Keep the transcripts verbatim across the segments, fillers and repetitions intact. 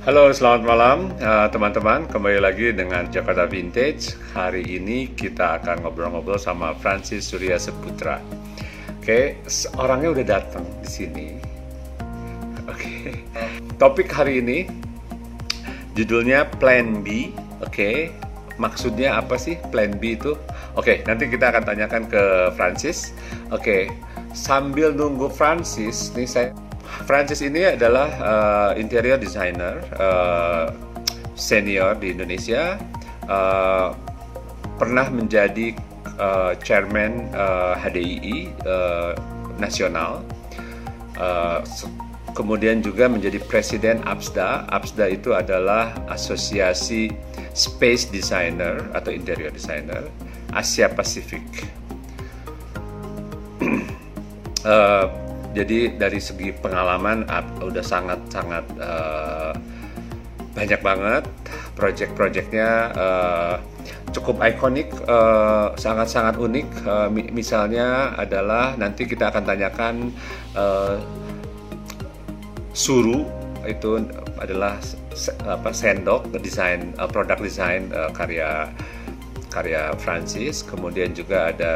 Halo, selamat malam uh, teman-teman. Kembali lagi dengan Jakarta Vintage. Hari ini kita akan ngobrol-ngobrol sama Francis Surya Saputra. Oke, okay, orangnya udah datang di sini. Oke, okay. Topik hari ini judulnya Plan B. Oke, okay. Maksudnya apa sih Plan B itu? Oke, okay, nanti kita akan tanyakan ke Francis. Oke, okay. Sambil nunggu Francis, nih saya. Francis ini adalah uh, interior designer uh, senior di Indonesia, uh, pernah menjadi uh, chairman uh, H D I I uh, nasional, uh, kemudian juga menjadi presiden APSDA. APSDA itu adalah Asosiasi Space Designer atau Interior Designer Asia Pasifik. uh, Jadi dari segi pengalaman udah sangat-sangat uh, banyak banget project-projectnya, uh, cukup ikonik, uh, sangat-sangat unik. Uh, misalnya adalah nanti kita akan tanyakan uh, Suru, itu adalah apa sendok desain, uh, produk desain uh, karya karya Francis. Kemudian juga ada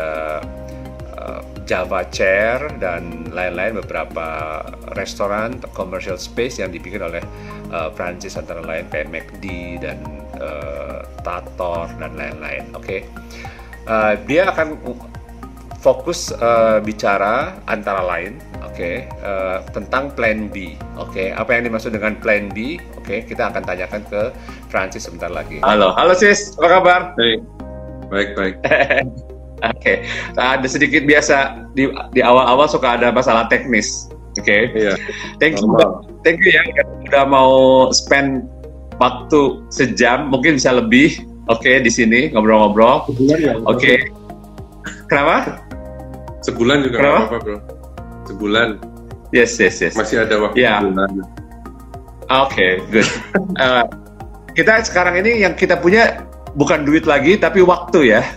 Java Chair dan lain-lain, beberapa restoran commercial space yang dibikin oleh uh, Francis, antara lain kayak McD dan uh, Tator dan lain-lain. Oke, okay. uh, dia akan fokus uh, bicara antara lain, oke, okay, uh, tentang Plan B. Oke, okay. Apa yang dimaksud dengan Plan B? Oke, okay. Kita akan tanyakan ke Francis sebentar lagi. Halo, halo sis, apa kabar? Hey. Baik, baik. Oke, okay. Ada sedikit biasa di di awal-awal suka ada masalah teknis. Oke, okay? Iya. Thank you, thank you ya, udah mau spend waktu sejam, mungkin bisa lebih. Oke, okay, di sini ngobrol-ngobrol. Ya, Oke, okay. Kenapa? Sebulan juga nggak apa-apa, bro. Sebulan. Yes, yes, yes. Masih ada waktu yeah. sebulan. Oke, okay, good. uh, kita sekarang ini yang kita punya bukan duit lagi, tapi waktu ya.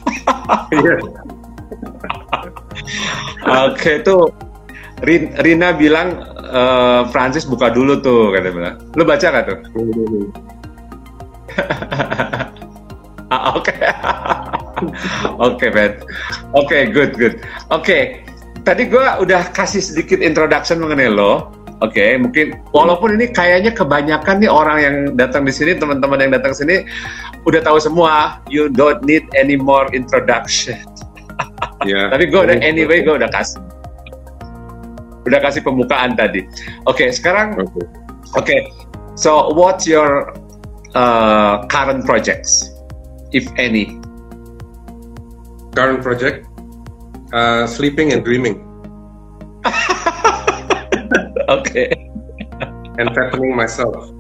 Oke, tuh Rina bilang uh, Francis buka dulu tuh, kata bilang. Lu baca gak tuh? Oke, oke, Ben. Oke, good, good. Oke, okay. Tadi gue udah kasih sedikit introduction mengenai lo. Oke, okay, mungkin walaupun ini kayaknya kebanyakan nih orang yang datang di sini, teman-teman yang datang sini udah tahu semua. You don't need any more introduction. Yeah. Tapi gue udah anyway, gue udah kasih, udah kasih pembukaan tadi. Oke, okay, sekarang, oke. Okay. Okay, so what's your uh, current projects, if any? Current project, uh, sleeping and dreaming. Oke. Okay. And fattening myself.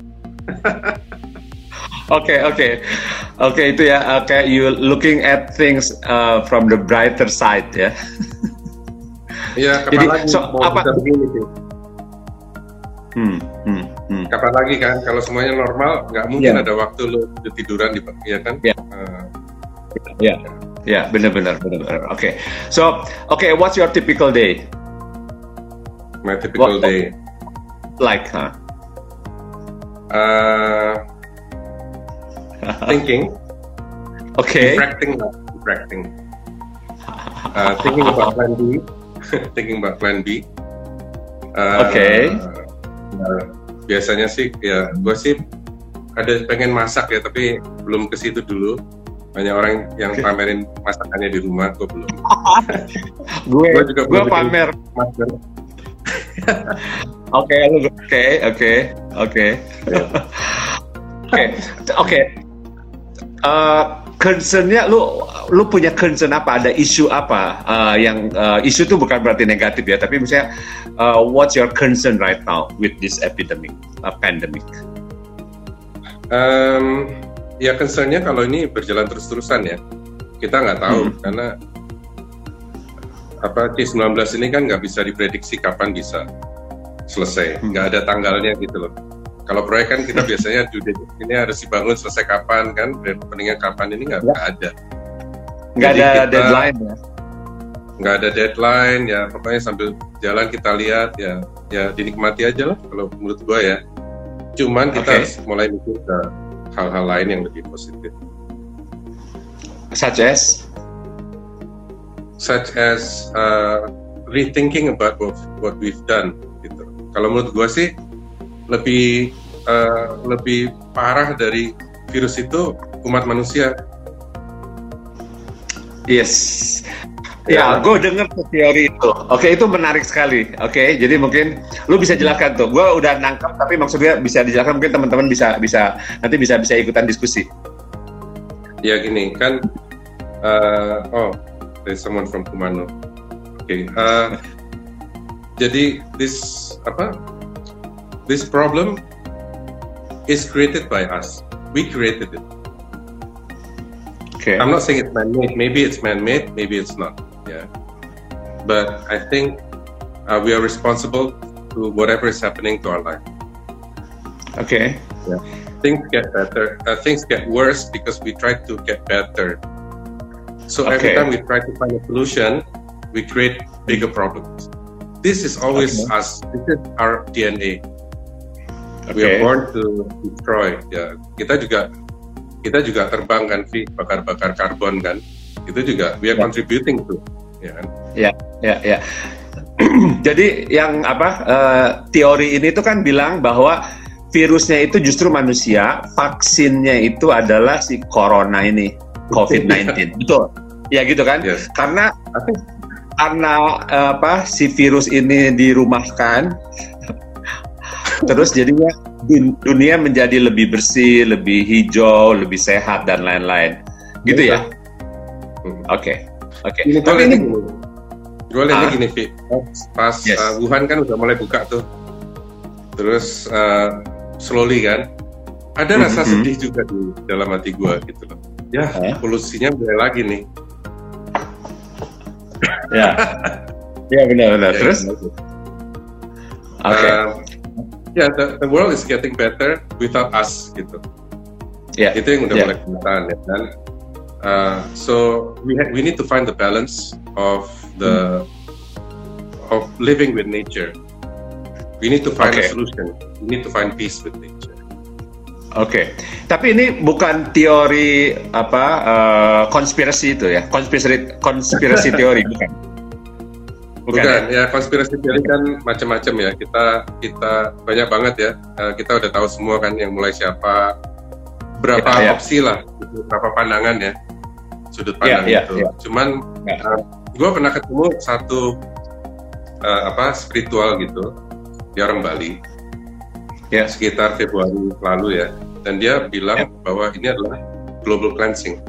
Oke, oke, oke, itu ya. Oke, okay, you looking at things uh, from the brighter side ya. Iya, kapan Jadi, lagi so, mau apa? bisa begini sih? Hmm, hmm, hmm. Kapan lagi kan? Kalau semuanya normal, nggak mungkin yeah. ada waktu lo tiduran di, ya kan? Ya, yeah. ya, ya, benar-benar, benar-benar. Oke, okay. So, oke, okay, what's your typical day? My typical What, day. Like, huh? Uh, thinking. Okay. Reflecting, reflecting. Uh, thinking about Plan B. thinking about Plan B. Uh, Oke. Okay. Uh, biasanya sih, ya, gue sih ada pengen masak ya, tapi belum ke situ dulu. Banyak orang yang pamerin masakannya di rumah, gue belum. gue juga gue pamer. Masker. Oke, oke, oke, oke, oke, oke. Concernnya, lu, lu punya concern apa? Ada isu apa? Uh, yang uh, isu itu bukan berarti negatif ya, tapi misalnya, uh, what's your concern right now with this epidemic, uh, pandemic? Um, ya concernnya kalau ini berjalan terus-terusan ya, kita nggak tahu hmm. karena apa C sembilan belas ini kan nggak bisa diprediksi kapan bisa selesai, nggak ada tanggalnya gitu loh. Kalau proyek kan kita biasanya ini harus dibangun selesai kapan kan, openingnya kapan, ini nggak ada. Nggak ada kita, deadline ya? Nggak ada deadline ya, pokoknya sambil jalan kita lihat ya, ya dinikmati aja lah kalau menurut gua ya. Cuman kita Okay. harus mulai mikir ke hal-hal lain yang lebih positif. Such as? Such as uh, rethinking about what, what we've done. Gitu. Kalau menurut gue sih lebih uh, lebih parah dari virus itu umat manusia. Yes. Ya, gue denger tuh teori itu. Oke, itu menarik sekali. Oke, jadi mungkin lu bisa jelaskan tuh. Gue udah nangkep, tapi maksudnya bisa dijelaskan, mungkin teman-teman bisa bisa nanti bisa bisa ikutan diskusi. Ya gini kan, uh, oh, there's someone from Kumano. Oke, okay, uh, jadi this apa? This problem is created by us. We created it. Okay. I'm not saying it's man-made. Maybe it's man-made. Maybe it's not. Yeah. But I think uh, we are responsible to whatever is happening to our life. Okay. Yeah. Things get better. Uh, things get worse because we try to get better. So every Okay. time we try to find a solution, we create bigger problems. This is always Okay. us. This is our D N A. We Okay. are born to destroy. Ya, kita juga kita juga terbang kan, Vi, bakar-bakar karbon kan. Itu juga we are Yeah. contributing to, ya kan? Ya, ya, ya. Jadi yang apa uh, teori ini tuh kan bilang bahwa virusnya itu justru manusia, vaksinnya itu adalah si corona ini, covid sembilan belas. Betul. Ya gitu kan? Yes. Karena karena uh, apa si virus ini dirumahkan, terus jadinya dun- dunia menjadi lebih bersih, lebih hijau, lebih sehat dan lain-lain. Gitu ya? Oke. Oke. Ini gue Tapi lihatnya ini gini, gue lihatnya Ah. gini, Vi. Pas Yes. uh, Wuhan kan udah mulai buka tuh, terus uh, slowly kan, ada rasa Mhm. sedih juga di dalam hati gue gitu loh. Ya, Eh? polusinya mulai lagi nih. ya. Ya benar-benar. Ya, Terus? gitu. Oke. Um, ya, the, the world is getting better without us gitu. Ya. Itu yang udah Ya. mulai kelihatan ya kan. Uh, so we ha- we need to find the balance of the of living with nature. We need to find Okay. a solution. We need to find peace with nature. Oke, tapi ini bukan teori apa uh, konspirasi itu ya, konspirasi konspirasi teori bukan? Bukan, ya? ya konspirasi teori kan macam-macam ya. Kita kita banyak banget ya. Uh, kita udah tahu semua kan yang mulai siapa, berapa Ya, ya. opsi lah, gitu, berapa pandangan ya, sudut Ya, pandang ya, itu. ya. Cuman Ya. uh, gue pernah ketemu satu uh, apa spiritual gitu, dia orang Bali. Ya. Sekitar Februari lalu ya, dan dia bilang Ya. bahwa ini adalah global cleansing.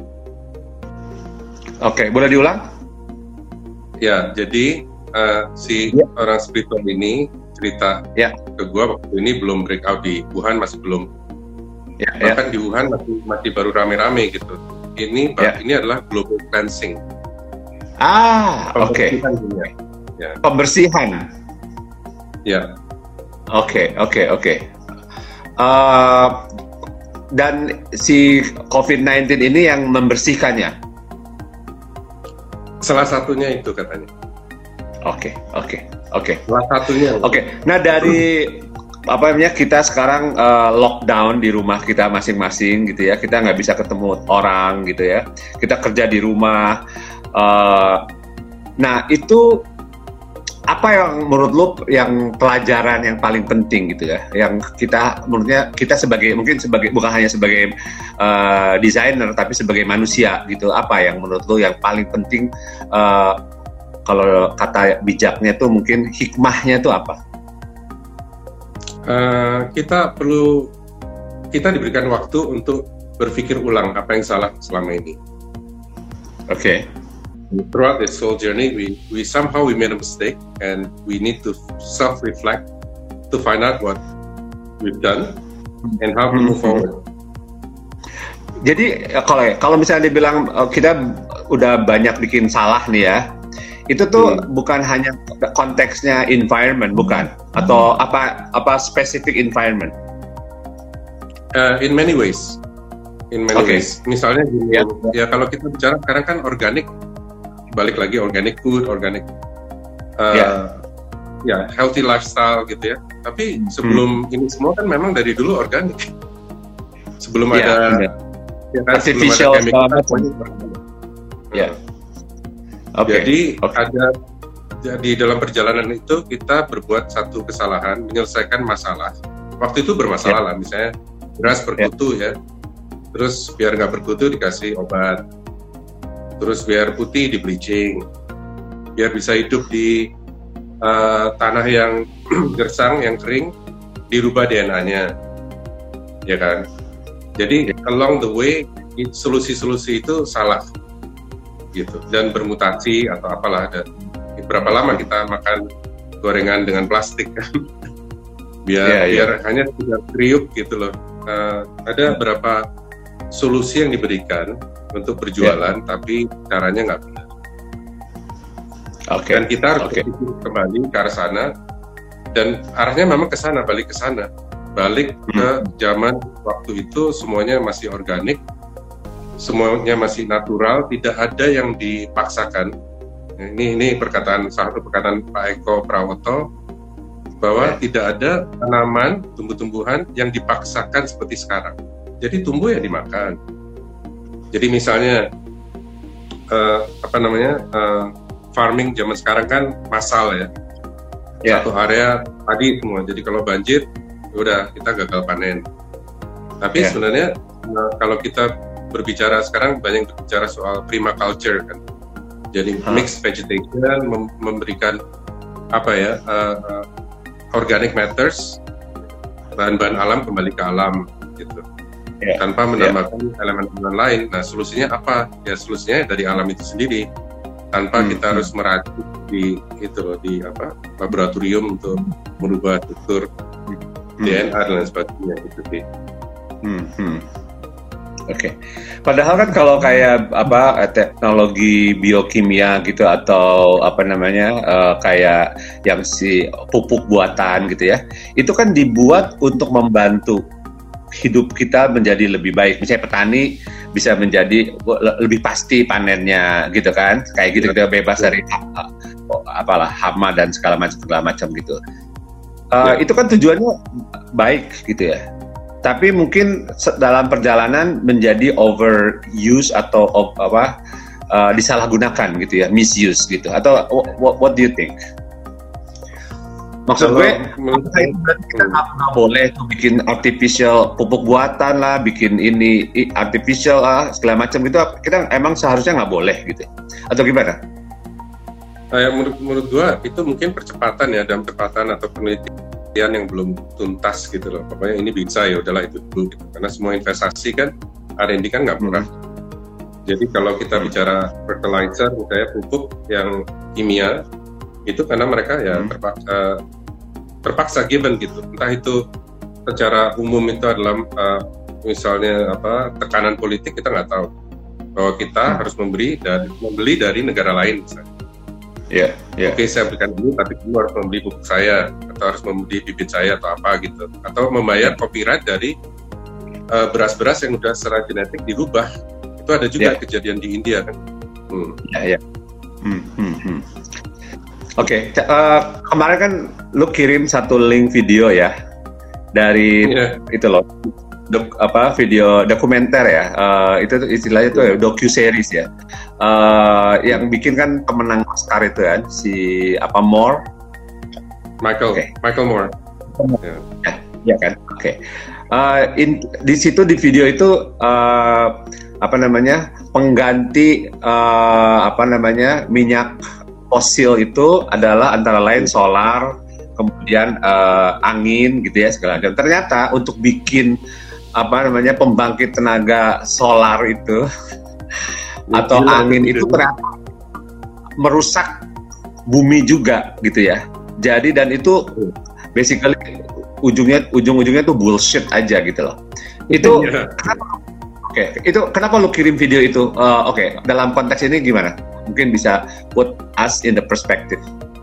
Oke, boleh diulang? Ya, jadi uh, si Ya. orang spiritual ini cerita Ya. ke gua waktu ini belum breakout di Wuhan, masih belum. Ya, ya. Bahkan di Wuhan masih masih baru rame-rame gitu. Ini Ya. ini adalah global cleansing. Ah, oke. Pembersihan dunia. Pembersihan. Ya, Oke, oke, oke. Uh, dan si covid sembilan belas ini yang membersihkannya. salah satunya itu katanya. Oke, oke, oke. Salah satunya. Oke, nah dari apa namanya kita sekarang uh, lockdown di rumah kita masing-masing gitu ya, kita nggak bisa ketemu orang gitu ya, kita kerja di rumah. Uh, nah itu apa yang menurut lu yang pelajaran yang paling penting gitu ya, yang kita menurutnya kita sebagai mungkin sebagai bukan hanya sebagai uh, desainer tapi sebagai manusia gitu, apa yang menurut lu yang paling penting uh, kalau kata bijaknya tuh mungkin hikmahnya tuh apa? Uh, kita perlu kita diberikan waktu untuk berpikir ulang apa yang salah selama ini. Oke. Okay. Throughout this whole journey, we we somehow we made a mistake, and we need to self-reflect to find out what we've done and how to move forward. Jadi kalau kalau misalnya dibilang kita udah banyak bikin salah nih ya, itu tuh hmm. bukan hanya konteksnya environment, bukan, atau apa apa specific environment? Uh, in many ways, in many okay. ways. Misalnya gini, ya. ya kalau kita bicara sekarang kan organik, balik lagi organic food, organic uh, yeah. ya healthy lifestyle gitu ya. Tapi sebelum hmm. ini semua kan memang dari dulu organik. Sebelum ya, ada ya kan, artificial sebelum ada chemical, ya. Okay. Jadi okay. ada di dalam perjalanan itu kita berbuat satu kesalahan, menyelesaikan masalah. Waktu itu bermasalah yeah. lah, misalnya beras berkutu yeah. ya, terus biar nggak berkutu dikasih obat, terus biar putih di bleaching, biar bisa hidup di uh, tanah yang gersang, yang kering, dirubah D N A-nya, ya kan? Jadi yeah. along the way solusi-solusi itu salah, gitu, dan bermutasi atau apalah. Dan berapa lama kita makan gorengan dengan plastik kan? biar yeah, biar yeah. hanya tidak kriuk gitu loh. Uh, ada beberapa solusi yang diberikan untuk berjualan, yeah. tapi caranya nggak benar. Okay. Dan kita harus okay. kembali ke arah sana, dan arahnya memang ke sana, balik ke sana, balik hmm. ke zaman waktu itu semuanya masih organik, semuanya masih natural, tidak ada yang dipaksakan. Ini ini perkataan satu perkataan Pak Eko Prawoto bahwa yeah. tidak ada tanaman tumbuh-tumbuhan yang dipaksakan seperti sekarang. Jadi tumbuh ya dimakan. Jadi misalnya uh, apa namanya uh, farming zaman sekarang kan massal ya. Yeah. Satu area padi semua. Jadi kalau banjir udah kita gagal panen. Tapi yeah. sebenarnya uh, kalau kita berbicara sekarang banyak berbicara soal permaculture kan. Jadi huh. mixed vegetation mem- memberikan apa ya uh, uh, organic matters, bahan-bahan alam kembali ke alam gitu, yeah. tanpa menambahkan yeah. elemen-elemen lain. Nah solusinya apa? Ya solusinya dari alam itu sendiri, tanpa hmm. kita harus meracik di itu loh, di apa laboratorium untuk merubah struktur hmm. D N A dan lain sebagainya gitu sih. Hmm. Hmm. Oke, okay. Padahal kan kalau kayak apa teknologi biokimia gitu atau apa namanya uh, kayak yang si pupuk buatan gitu ya, itu kan dibuat untuk membantu hidup kita menjadi lebih baik. Misalnya petani bisa menjadi lebih pasti panennya gitu kan, kayak gitu kita bebas dari uh, apalah hama dan segala macam segala macam gitu. Uh, ya. Itu kan tujuannya baik gitu ya. Tapi mungkin dalam perjalanan menjadi overuse atau of, apa uh, disalahgunakan gitu ya, misuse gitu. Atau what, what do you think? Maksud gue, kita nggak boleh tuh bikin artificial pupuk buatan lah, bikin ini artificial lah, segala macam gitu. Kita emang seharusnya nggak boleh gitu, atau gimana? Kayak menurut menurut gue itu mungkin percepatan ya, dalam percepatan atau penelitian yang belum tuntas gitu loh. Pokoknya ini bisa ya udahlah itu dulu gitu. Karena semua investasi kan R and D kan nggak murah. Hmm. Jadi kalau kita bicara fertilizer, misalnya pupuk yang kimia itu karena mereka ya hmm. terpaksa, terpaksa given gitu. Entah itu secara umum itu adalah uh, misalnya apa tekanan politik, kita nggak tahu bahwa kita hmm. harus memberi dan membeli dari negara lain misalnya. Yeah, yeah. Oke, saya berikan dulu, tapi kamu harus membeli pupuk saya, atau harus membeli bibit saya, atau apa gitu. Atau membayar copyright dari uh, beras-beras yang udah secara genetik dirubah. Itu ada juga yeah. kejadian di India kan. Hmm. Ya, ya. Hmm, hmm, hmm. Oke, okay. uh, kemarin kan lu kirim satu link video ya dari yeah. itu loh, dok, apa video dokumenter ya, uh, itu istilahnya itu yeah. docu-series ya. Uh, yang bikin kan pemenang Oscar itu kan si apa Moore Michael okay. Michael Moore ya yeah. ya kan oke okay. uh, di situ di video itu uh, apa namanya pengganti uh, apa namanya minyak fosil itu adalah antara lain solar, kemudian uh, angin gitu ya segala macam. Ternyata untuk bikin apa namanya pembangkit tenaga solar itu atau gila, angin itu ternyata merusak bumi juga gitu ya. Jadi dan itu basically ujungnya ujung-ujungnya tuh bullshit aja gitu loh. Itu yeah. Oke, okay, itu kenapa lu kirim video itu? Uh, Oke, okay, dalam konteks ini gimana? Mungkin bisa put us in the perspective.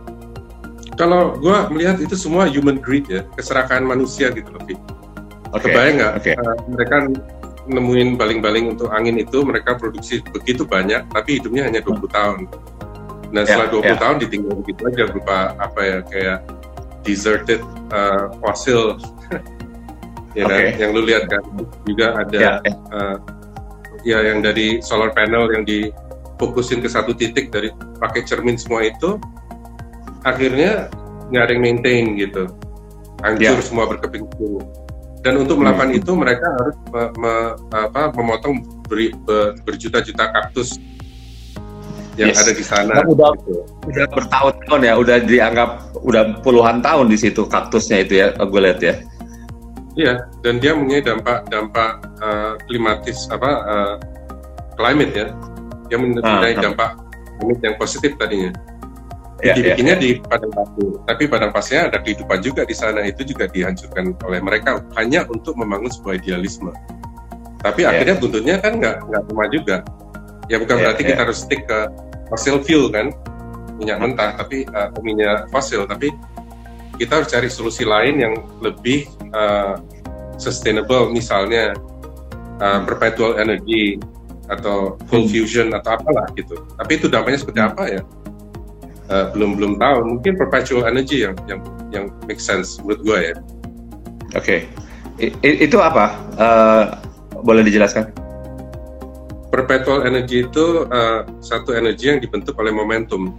Kalau gua melihat itu semua human greed ya, keserakahan manusia gitu loh. Okay. Kebayang nggak? Okay. Uh, mereka nemuin baling-baling untuk angin itu, mereka produksi begitu banyak, tapi hidupnya hanya dua puluh tahun. Nah setelah Ya, dua puluh ya. tahun ditinggal begitu aja berupa apa ya kayak deserted uh, fosil, ya kan? Oke. Yang lu lihat kan juga ada Ya, ya. uh, ya yang dari solar panel yang difokusin ke satu titik dari pakai cermin semua itu, akhirnya nggak ada yang maintain gitu, hancur Ya. semua berkeping-keping. Dan untuk melakukan itu mereka harus me, me, apa, memotong beri, ber, berjuta-juta kaktus yang Yes. ada di sana. Dan udah, Gitu. udah bertahun-tahun ya, udah dianggap udah puluhan tahun di situ kaktusnya itu ya, gue lihat ya. Iya, dan dia mempunyai dampak-dampak uh, klimatis apa uh, climate ya, dia mempunyai Ah, ah. dampak climate yang positif tadinya. Ya, Dibikinnya ya, di padang pasir, tapi padang pasirnya ada kehidupan juga di sana, itu juga dihancurkan oleh mereka hanya untuk membangun sebuah idealisme. Tapi Ya. akhirnya buntutnya kan nggak nggak cuma juga. Ya bukan Ya, berarti ya. kita harus stick ke fossil fuel kan, minyak mentah, tapi uh, minyak fosil, tapi kita harus cari solusi lain yang lebih uh, sustainable, misalnya uh, perpetual energy atau full Hmm. fusion atau apalah gitu. Tapi itu dampaknya seperti apa ya? Uh, belum belum tahu. Mungkin perpetual energy yang yang yang make sense menurut gue ya. Oke. I- i- itu apa? Eh, boleh dijelaskan? Perpetual energy itu uh, satu energi yang dibentuk oleh momentum.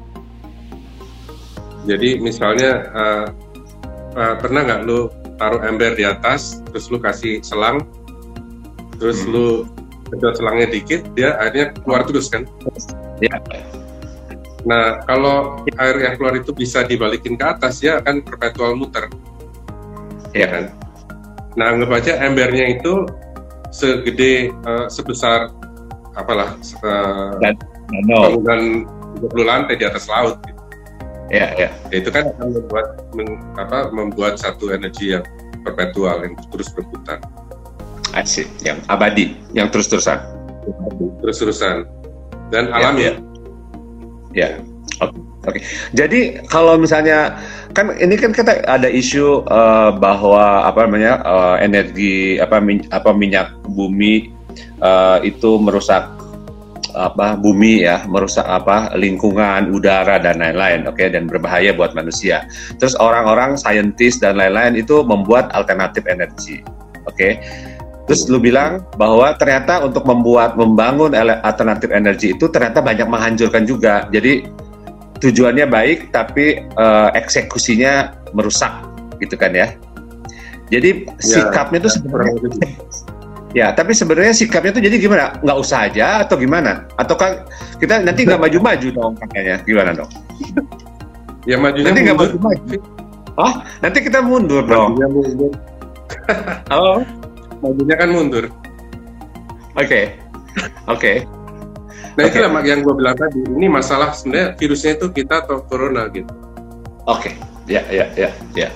Jadi misalnya uh, uh, pernah nggak lu taruh ember di atas, terus lu kasih selang, terus Hmm. lu sedot selangnya dikit, dia airnya keluar terus kan? Ya. Nah kalau air yang keluar itu bisa dibalikin ke atas, ya akan perpetual muter, ya Ya. kan? Nah anggap aja embernya itu segede uh, sebesar apalah uh, Dan no. bangunan tiga puluh lantai di atas laut. Gitu. Ya, ya. Ya, itu kan akan membuat men, apa, membuat satu energi yang perpetual yang terus berputar, Asik. Yang abadi, yang terus-terusan. terus-terusan dan Ya, alami. ya. Ya. Oke. Oke. Jadi kalau misalnya kan ini kan kita ada isu eh, bahwa apa namanya eh, energi apa min- apa minyak bumi eh, itu merusak apa bumi ya, merusak apa lingkungan, udara dan lain-lain, oke, dan berbahaya buat manusia. Terus orang-orang saintis dan lain-lain itu membuat alternatif energi, oke. Terus lu bilang bahwa ternyata untuk membuat membangun ele- alternatif energi itu ternyata banyak menghancurkan juga. Jadi tujuannya baik tapi eh, eksekusinya merusak, gitu kan ya. Jadi sikapnya itu ya, sebenarnya kurang lebih. ya, tapi sebenarnya sikapnya itu jadi gimana? Nggak usah aja atau gimana? Atau kan kita nanti nggak maju-maju dong katanya? Gimana dong? Ya majunya Nanti nggak mundur. maju-maju. Oh, nanti kita mundur dong. Majunya mundur. Oh, Majunya kan mundur. oke, oke. Nah Oke. itulah yang gue bilang tadi. Ini masalah sebenarnya virusnya itu kita atau corona gitu. Oke, ya, ya, ya, ya.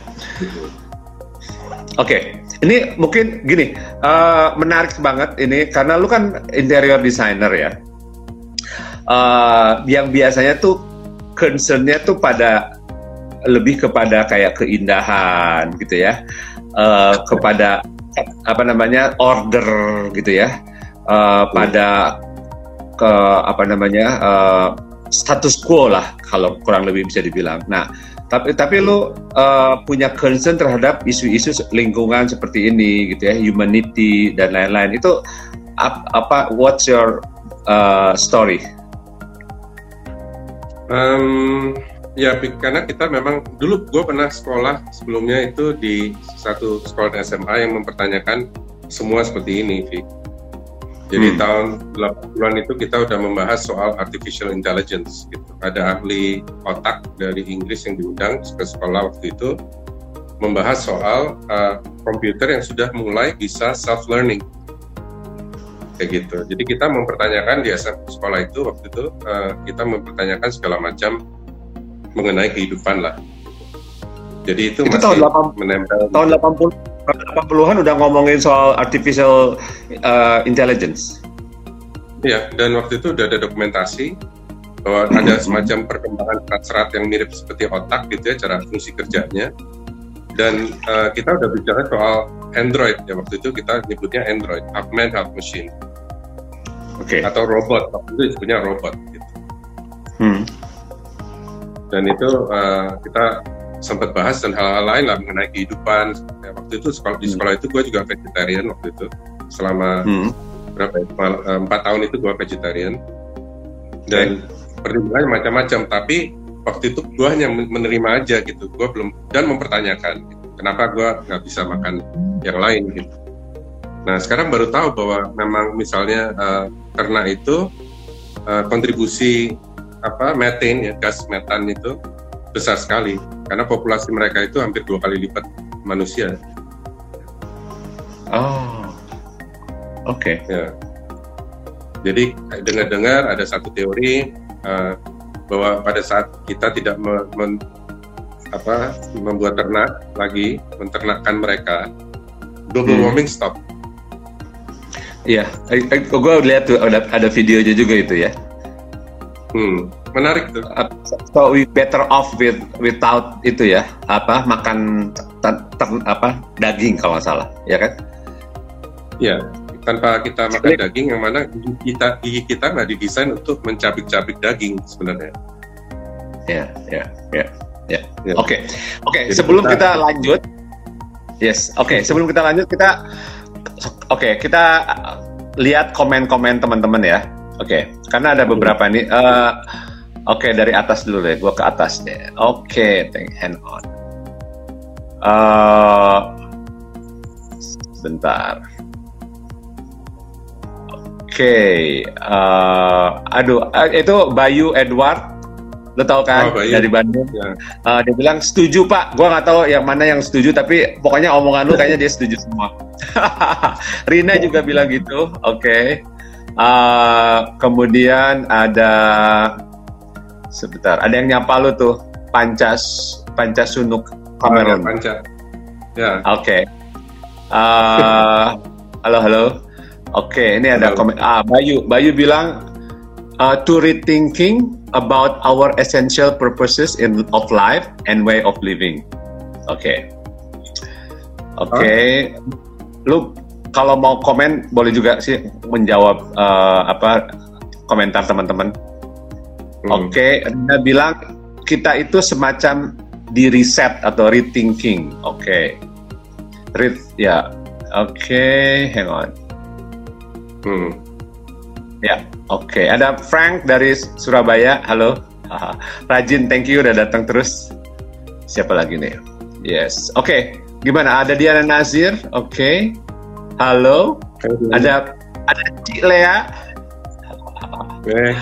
Oke, ini mungkin gini, eh, menarik banget ini karena lu kan interior designer ya. Eh, yang biasanya tuh concern-nya tuh pada lebih kepada kayak keindahan gitu ya, eh, kepada apa namanya order gitu ya, eh, pada ke apa namanya eh, status quo lah kalau kurang lebih bisa dibilang. Nah, tapi tapi lu uh, punya concern terhadap isu-isu lingkungan seperti ini gitu ya, humanity dan lain-lain. Itu ap, apa what's your uh, story? Um, ya karena kita memang dulu gue pernah sekolah sebelumnya itu di satu sekolah S M A yang mempertanyakan semua seperti ini, Vi. Jadi hmm. tahun delapan puluhan itu kita udah membahas soal artificial intelligence gitu. Ada ahli otak dari Inggris yang diundang ke sekolah waktu itu membahas soal uh, komputer yang sudah mulai bisa self learning. Kayak gitu. Jadi kita mempertanyakan di sekolah itu waktu itu uh, kita mempertanyakan segala macam mengenai kehidupan lah. Jadi itu, Itu masih tahun menempel. Tahun delapan puluh delapan puluhan udah ngomongin soal artificial uh, intelligence. Iya, dan waktu itu udah ada dokumentasi bahwa ada semacam perkembangan serat-serat yang mirip seperti otak gitu ya, cara fungsi kerjanya. Dan uh, kita udah bicara soal Android ya, waktu itu kita nyebutnya Android, half man, half machine. Oke. Okay. Atau robot, waktu itu disebutnya robot gitu. Hmm. dan itu uh, kita sempat bahas dan hal-hal lain lah mengenai kehidupan. Ya, waktu itu sekolah, di sekolah itu gue juga vegetarian waktu itu selama hmm. berapa ya, empat tahun itu gue vegetarian dan okay. pertimbangannya macam-macam. Tapi waktu itu gue hanya menerima aja gitu, gue belum dan mempertanyakan gitu, kenapa gue nggak bisa makan yang lain gitu. Nah sekarang baru tahu bahwa memang misalnya uh, ternak itu uh, kontribusi apa metan ya, gas metan itu besar sekali karena populasi mereka itu hampir dua kali lipat manusia. Oh, oke. Okay. Ya. Jadi dengar-dengar ada satu teori uh, bahwa pada saat kita tidak me, men, apa, membuat ternak lagi, menternakkan mereka, global hmm. warming stop. Iya, gue lihat tuh ada, ada videonya juga itu ya. Hmm. Menarik tuh. So we better off with without itu ya, apa makan ter, ter, apa daging kalau nggak salah, ya kan? Ya, tanpa kita makan Jadi, daging yang mana gigi kita gigi kita nggak didesain untuk mencabik-cabik daging sebenarnya. Ya, ya, ya, ya. Oke, oke. Sebelum kita, kita lanjut, yes, oke. Okay, sebelum kita lanjut kita, oke okay, kita lihat komen-komen teman-teman ya. Oke, okay, karena ada beberapa nih. Uh, Oke, okay, dari atas dulu deh, gue ke atas deh. Oke, okay, hand on. Uh, bentar. Oke, okay. uh, aduh, uh, itu Bayu Edward, lo tau kan, oh, dari Bandung. Ya. Uh, dia bilang setuju Pak, gue nggak tahu yang mana yang setuju, tapi pokoknya omongan lu kayaknya dia setuju semua. Rina juga bilang gitu, oke. Okay. Uh, kemudian ada sebentar, ada yang nyapa lu tuh, Pancas, Pancasunuk Cameron. Oh, Panca. Ya. Oke. Okay. Uh, halo, halo. Oke, okay, ini ada komen. Ah, Bayu, Bayu bilang uh, to rethinking about our essential purposes in of life and way of living. Oke. Okay. Oke. Okay. Huh? Lu kalau mau komen boleh juga sih menjawab uh, apa komentar teman-teman. Hmm. Oke, okay. Dia bilang kita itu semacam di reset atau rethinking. Oke, okay. Re ya, oke, okay. Hang on. Hmm. Ya, oke. Okay. Ada Frank dari Surabaya. Halo, rajin, thank you udah datang terus. Siapa lagi nih? Yes, oke. Okay. Gimana? Ada Diana Nazir. Oke. Okay. Halo. Halo. Ada ada Cik Lea. Eh.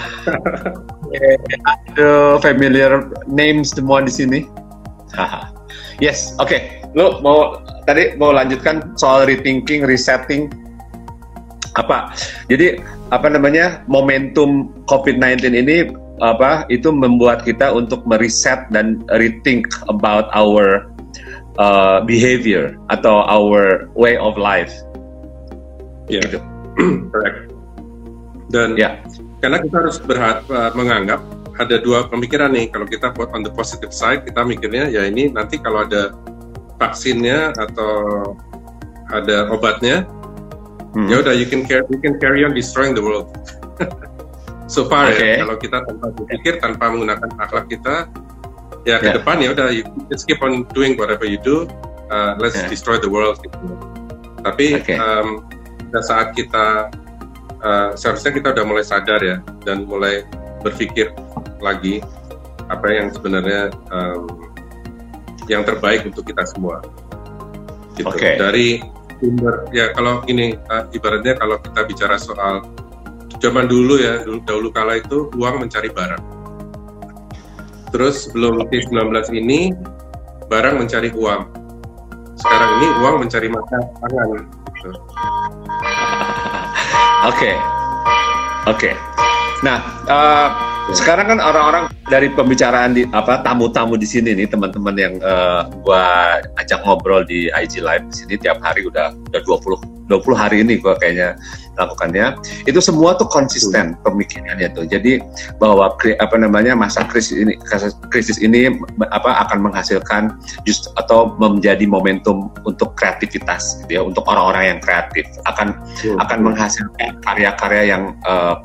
Aduh, familiar names semua di sini. Yes, oke. Okay. Lu mau tadi mau lanjutkan soal rethinking, resetting apa? Jadi apa namanya momentum covid sembilan belas ini apa? Itu membuat kita untuk mereset dan rethink about our uh, behavior atau our way of life. Ya, yeah. Correct. Dan yeah. Karena kita harus berhati, uh, menganggap ada dua pemikiran nih. Kalau kita put on the positive side, kita mikirnya ya ini nanti kalau ada vaksinnya atau ada obatnya, hmm. ya udah you can carry, you can carry on destroying the world. So far okay. Ya, kalau kita tanpa berpikir, tanpa menggunakan akhlak kita, ya ke yeah. depan ya udah you just keep on doing whatever you do, uh, let's yeah. destroy the world. Gitu. Tapi okay. um, pada saat kita Uh, seharusnya kita udah mulai sadar ya dan mulai berpikir lagi apa yang sebenarnya um, yang terbaik untuk kita semua. Gitu. Okay. Dari sumber ya kalau ini uh, ibaratnya kalau kita bicara soal zaman dulu ya dulu dahulu kala itu uang mencari barang. Terus sebelum covid sembilan belas ini barang mencari uang. Sekarang ini uang mencari mata tangan. Gitu. Oke, okay. oke. Okay. Nah, uh, sekarang kan orang-orang dari pembicaraan di apa tamu-tamu di sini nih teman-teman yang uh, gua ajak ngobrol di I G Live di sini tiap hari udah udah dua puluh hari ini gua kayaknya lakukannya. Itu semua tuh konsisten pemikirannya tuh. Jadi bahwa apa namanya masa krisis ini krisis ini apa akan menghasilkan just atau menjadi momentum untuk kreativitas gitu ya, untuk orang-orang yang kreatif akan hmm. akan menghasilkan karya-karya yang uh,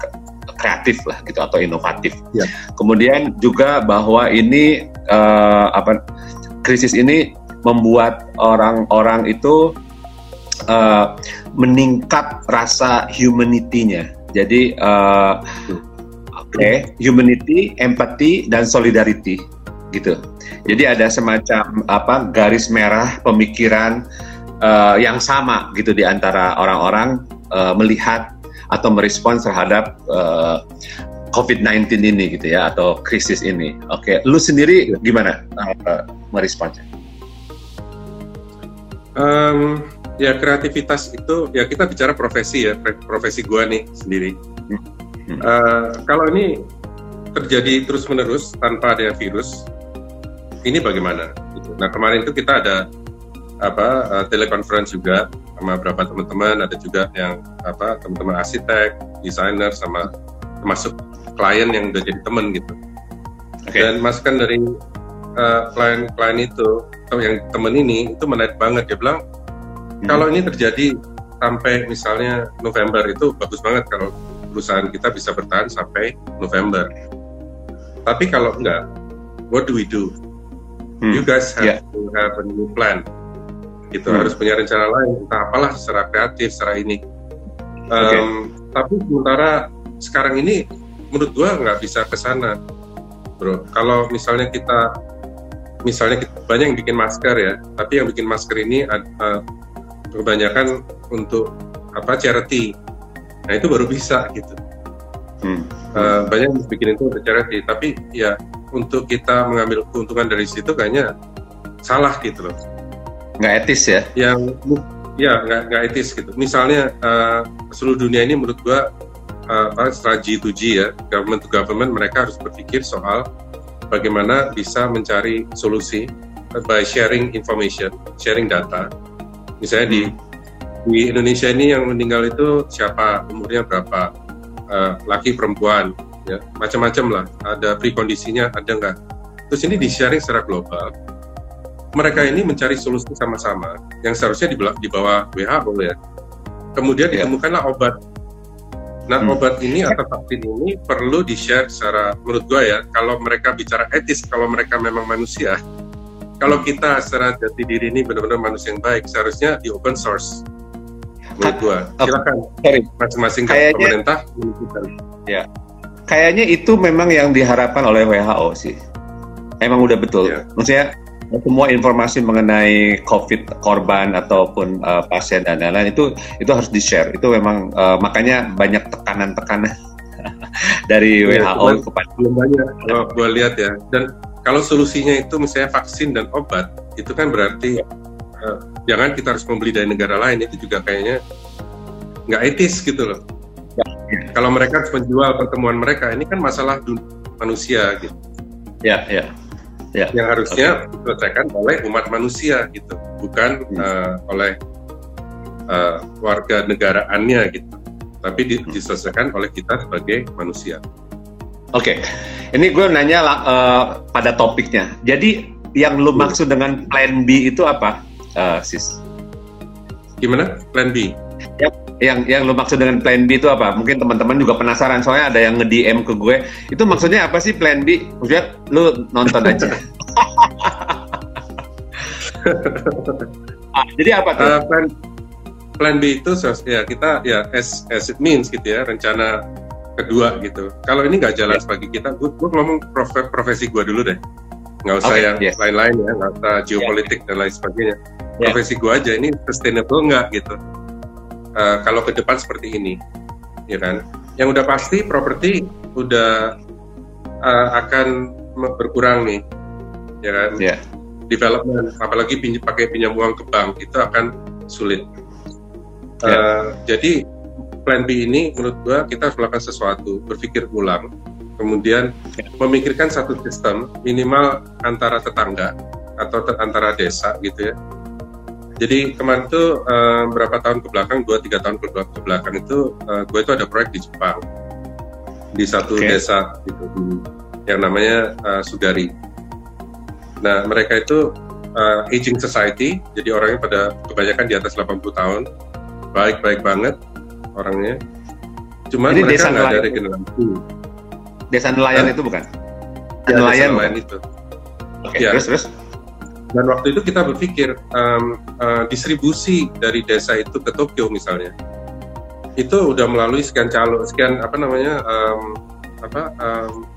kreatif lah gitu atau inovatif. Ya. Kemudian juga bahwa ini uh, apa krisis ini membuat orang-orang itu uh, meningkat rasa humanity-nya. Jadi uh, oke, okay, humanity, empathy dan solidarity gitu. Jadi ada semacam apa garis merah pemikiran uh, yang sama gitu di antara orang-orang uh, melihat atau merespons terhadap uh, covid sembilan belas ini gitu ya, atau krisis ini. Oke, okay. Lu sendiri gimana uh, meresponsnya? Um, ya kreativitas itu, ya kita bicara profesi ya, profesi gua nih sendiri. Hmm. Uh, kalau ini terjadi terus-menerus tanpa ada virus, ini bagaimana? Gitu. Nah kemarin itu kita ada apa uh, telekonferensi juga sama beberapa teman-teman, ada juga yang apa teman-teman arsitek, desainer, sama termasuk klien yang udah jadi teman gitu. Okay. Dan masukan dari uh, klien-klien itu atau yang teman ini itu menarik banget. Dia bilang hmm. kalau ini terjadi sampai misalnya November itu bagus banget kalau perusahaan kita bisa bertahan sampai November. Tapi kalau enggak, what do we do? Hmm. You guys have yeah. to have a new plan. Gitu, hmm. harus punya rencana lain, entah apalah secara kreatif, secara ini. Um, okay. Tapi sementara sekarang ini, menurut gua nggak bisa ke sana, bro. Kalau misalnya kita, misalnya kita, banyak yang bikin masker ya, tapi yang bikin masker ini uh, kebanyakan untuk apa charity. Nah itu baru bisa gitu. Hmm. Uh, banyak yang bikin itu untuk charity, tapi ya untuk kita mengambil keuntungan dari situ kayaknya salah gitu loh. Nggak etis ya? Yang ya nggak nggak etis gitu. Misalnya uh, seluruh dunia ini menurut gua uh, setelah G dua G ya, government to government, mereka harus berpikir soal bagaimana bisa mencari solusi by sharing information, sharing data. Misalnya di di Indonesia ini yang meninggal itu siapa, umurnya berapa, uh, laki perempuan, ya macam-macam lah. Ada prekondisinya ada nggak? Terus ini di sharing secara global. Mereka ini mencari solusi sama-sama yang seharusnya di, di bawah W H O ya. Kemudian yeah. ditemukanlah obat. Nah hmm. obat ini atau vaksin ini perlu di-share secara, menurut gue ya, kalau mereka bicara etis, kalau mereka memang manusia, kalau kita secara jati diri ini benar-benar manusia yang baik, seharusnya di open source. Menurut gue, silakan masing-masing pemerintah menentukan. Ya, kayaknya itu memang yang diharapkan oleh W H O sih. Emang udah betul. Yeah. Maksudnya semua informasi mengenai COVID korban ataupun uh, pasien dan lain-lain itu itu harus di-share. Itu memang uh, makanya banyak tekanan-tekanan dari ya, W H O kepada belum banyak kalau gue lihat ya. Dan kalau solusinya itu misalnya vaksin dan obat, itu kan berarti uh, jangan kita harus membeli dari negara lain, itu juga kayaknya nggak etis gitu loh. Ya. Kalau mereka harus menjual pertemuan mereka, ini kan masalah manusia gitu. Ya, ya. Ya. Yang harusnya okay. diselesaikan oleh umat manusia gitu, bukan hmm. uh, oleh uh, warga negaraannya gitu, tapi di, hmm. diselesaikan oleh kita sebagai manusia. Oke, okay. Ini gue nanya uh, pada topiknya. Jadi yang lu hmm. maksud dengan plan B itu apa, uh, Sis? Gimana? Plan B? Yang yang yang lu maksud dengan plan B itu apa? Mungkin teman-teman juga penasaran, soalnya ada yang nge-D M ke gue. Itu maksudnya apa sih plan B? Maksudnya lu nonton aja. ah, jadi apa tuh? Uh, plan plan B itu ya kita ya as as it means gitu ya, rencana kedua gitu. Kalau ini nggak jelas yeah. bagi kita, gue, gue ngomong prof, profesi gue dulu deh. Nggak usah okay, yang yeah. lain-lain ya, nggak usah geopolitik yeah. dan lain sebagainya. Yeah. Profesi gue aja ini sustainable nggak gitu. Uh, kalau ke depan seperti ini, ya kan? Yang udah pasti properti udah uh, akan berkurang nih, ya kan? Yeah. Development, apalagi pinj- pakai pinjam uang ke bank itu akan sulit. Uh, yeah. Jadi plan B ini menurut gua kita harus melakukan sesuatu, berpikir ulang, kemudian yeah. memikirkan satu sistem minimal antara tetangga atau te- antara desa gitu ya. Jadi kemarin tuh uh, berapa tahun ke belakang, dua tiga tahun ke belakang itu uh, gue itu ada proyek di Jepang di satu okay. desa gitu, yang namanya uh, Sugari. Nah mereka itu uh, aging society, jadi orangnya pada kebanyakan di atas delapan puluh tahun, baik-baik banget orangnya. Cuma ini mereka desa nggak ada nelayan. regenerasi. Desa nelayan Hah? itu bukan? Ya, Nelayan desa bukan? nelayan itu. Oke, Ya. terus terus. Dan waktu itu kita berpikir um, uh, distribusi dari desa itu ke Tokyo misalnya, itu udah melalui sekian calo, sekian apa namanya um, apa um,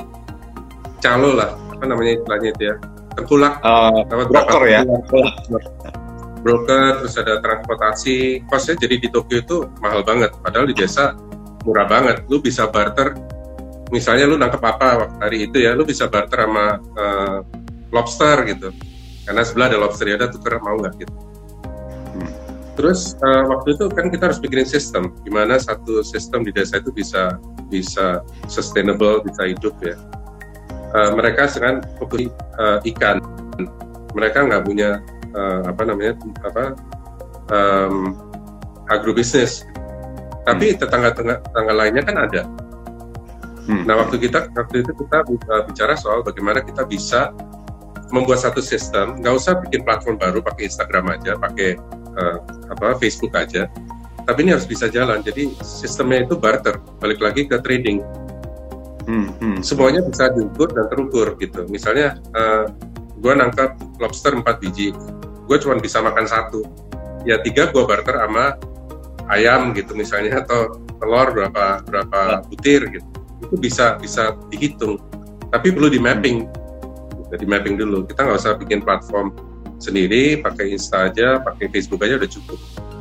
calo lah, apa namanya istilahnya itu ya, tengkulak, Uh, apa, broker berapa ya. tengkulak, broker, terus ada transportasi, kosnya jadi di Tokyo itu mahal banget, padahal di desa murah banget, lu bisa barter, misalnya lu nangkep apa waktu hari itu ya, lu bisa barter sama uh, lobster gitu. Karena sebelah ada lobster, ya udah tuker mau nggak gitu. Hmm. Terus uh, waktu itu kan kita harus bikin sistem, gimana satu sistem di desa itu bisa bisa sustainable, bisa hidup ya. Uh, mereka sekarang fokus uh, ikan, mereka nggak punya uh, apa namanya apa um, agrobisnis, tapi hmm. tetangga-tetangga lainnya kan ada. Hmm. Nah waktu kita waktu itu kita bicara soal bagaimana kita bisa membuat satu sistem, nggak usah bikin platform baru, pakai Instagram aja, pakai uh, apa Facebook aja, tapi ini harus bisa jalan. Jadi sistemnya itu barter, balik lagi ke trading. Hmm, hmm. Semuanya bisa diukur dan terukur gitu. Misalnya, uh, gue nangkap lobster empat biji, gue cuma bisa makan satu, ya tiga gue barter sama ayam gitu misalnya, atau telur berapa berapa butir gitu. Itu bisa bisa dihitung, tapi perlu di mapping. Jadi mapping dulu, kita nggak usah bikin platform sendiri, pakai Insta aja, pakai Facebook aja udah cukup.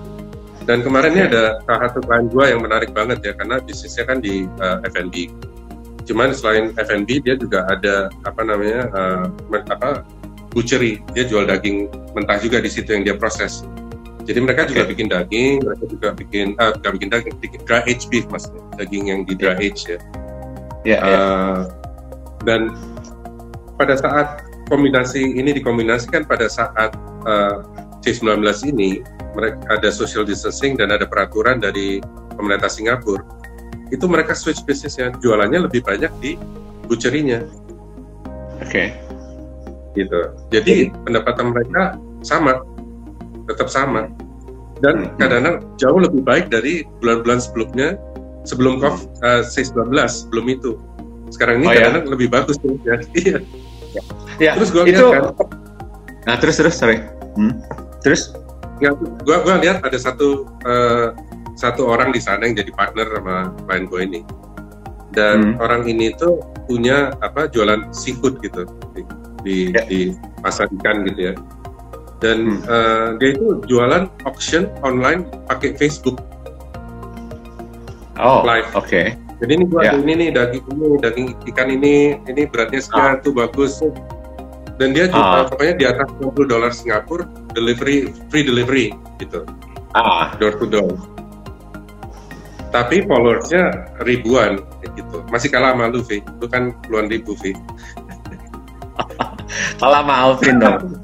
Dan kemarin ini ada salah satu klien gua yang menarik banget ya, karena bisnisnya kan di uh, F and B. Cuman selain F and B dia juga ada apa namanya uh, apa butchery, dia jual daging mentah juga di situ yang dia proses. Jadi mereka juga okay. bikin daging, mereka juga bikin, uh, bukan bikin daging, bikin dry aged beef maksudnya, daging yang di dry age ya. Yeah, uh, yeah. Dan pada saat kombinasi ini dikombinasikan pada saat uh, C sembilan belas ini, mereka ada social distancing dan ada peraturan dari pemerintah Singapura, itu mereka switch bisnisnya, jualannya lebih banyak di butchery-nya. Oke. Okay. Gitu. Jadi okay. pendapatan mereka sama, tetap sama, dan hmm. kadang-kadang jauh lebih baik dari bulan-bulan sebelumnya, sebelum COVID, uh, C sembilan belas, sebelum itu. Sekarang ini oh, kadang-kadang ya? lebih bagus tuh ya. Iya. Ya, terus gue lihat kan, nah terus terus sorry, hmm? terus nggak, gue gue lihat ada satu uh, satu orang di sana yang jadi partner sama klien gue ini, dan hmm. orang ini tuh punya apa jualan seafood gitu di di, ya. di pasar ikan gitu ya, dan hmm. uh, dia itu jualan auction online pakai Facebook. Oh, live. Oke. Okay. Jadi ini gua yeah. ini nih daging ini daging ikan ini ini beratnya sekian, ah. tuh bagus. Dan dia juga ah. pokoknya di atas enam puluh dolar Singapura, delivery free delivery gitu. Ah. Door to door. Tapi followersnya ribuan gitu. Masih kalah sama lu, Vi. Lu kan puluhan ribu, Vi. Kalah sama Alvin dong.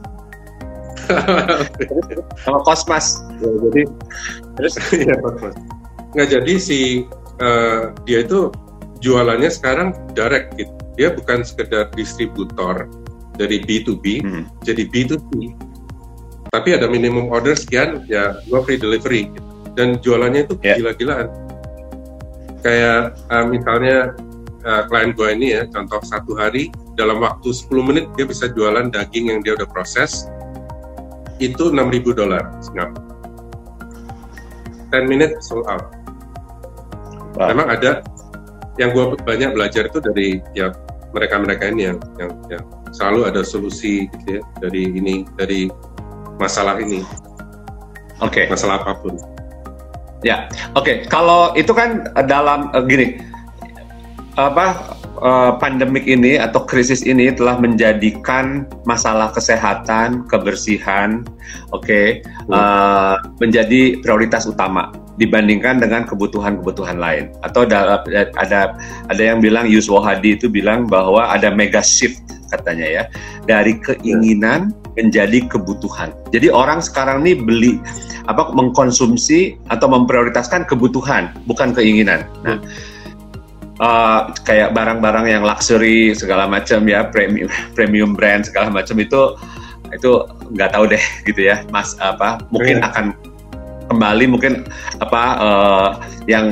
Sama Cosmas. Ya, jadi terus ya Cosmas. Nggak jadi si Uh, dia itu jualannya sekarang direct gitu. Dia bukan sekedar distributor dari B to B, hmm. jadi B to C. Tapi ada minimum order sekian, ya gua free delivery gitu. Dan jualannya itu yeah. gila-gilaan. Kayak uh, misalnya uh, klien gua ini ya, contoh satu hari dalam waktu sepuluh menit dia bisa jualan daging yang dia udah proses itu enam ribu dolar Singapura. sepuluh menit sold out. Wow. Memang ada yang gue banyak belajar itu dari ya mereka-mereka ini yang, yang yang selalu ada solusi gitu ya dari ini dari masalah ini. Oke. Okay. Masalah apapun. Ya, oke. Okay. Kalau itu kan dalam uh, gini apa uh, pandemik ini atau krisis ini telah menjadikan masalah kesehatan, kebersihan, oke, okay, hmm. uh, menjadi prioritas utama dibandingkan dengan kebutuhan-kebutuhan lain. Atau ada ada ada yang bilang Yuswo Hadi itu bilang bahwa ada mega shift katanya ya, dari keinginan menjadi kebutuhan. Jadi orang sekarang nih beli apa mengkonsumsi atau memprioritaskan kebutuhan bukan keinginan. Nah, uh, kayak barang-barang yang luxury segala macam ya, premium premium brand segala macam itu itu nggak tahu deh gitu ya, Mas apa mungkin yeah. akan kembali mungkin apa uh, yang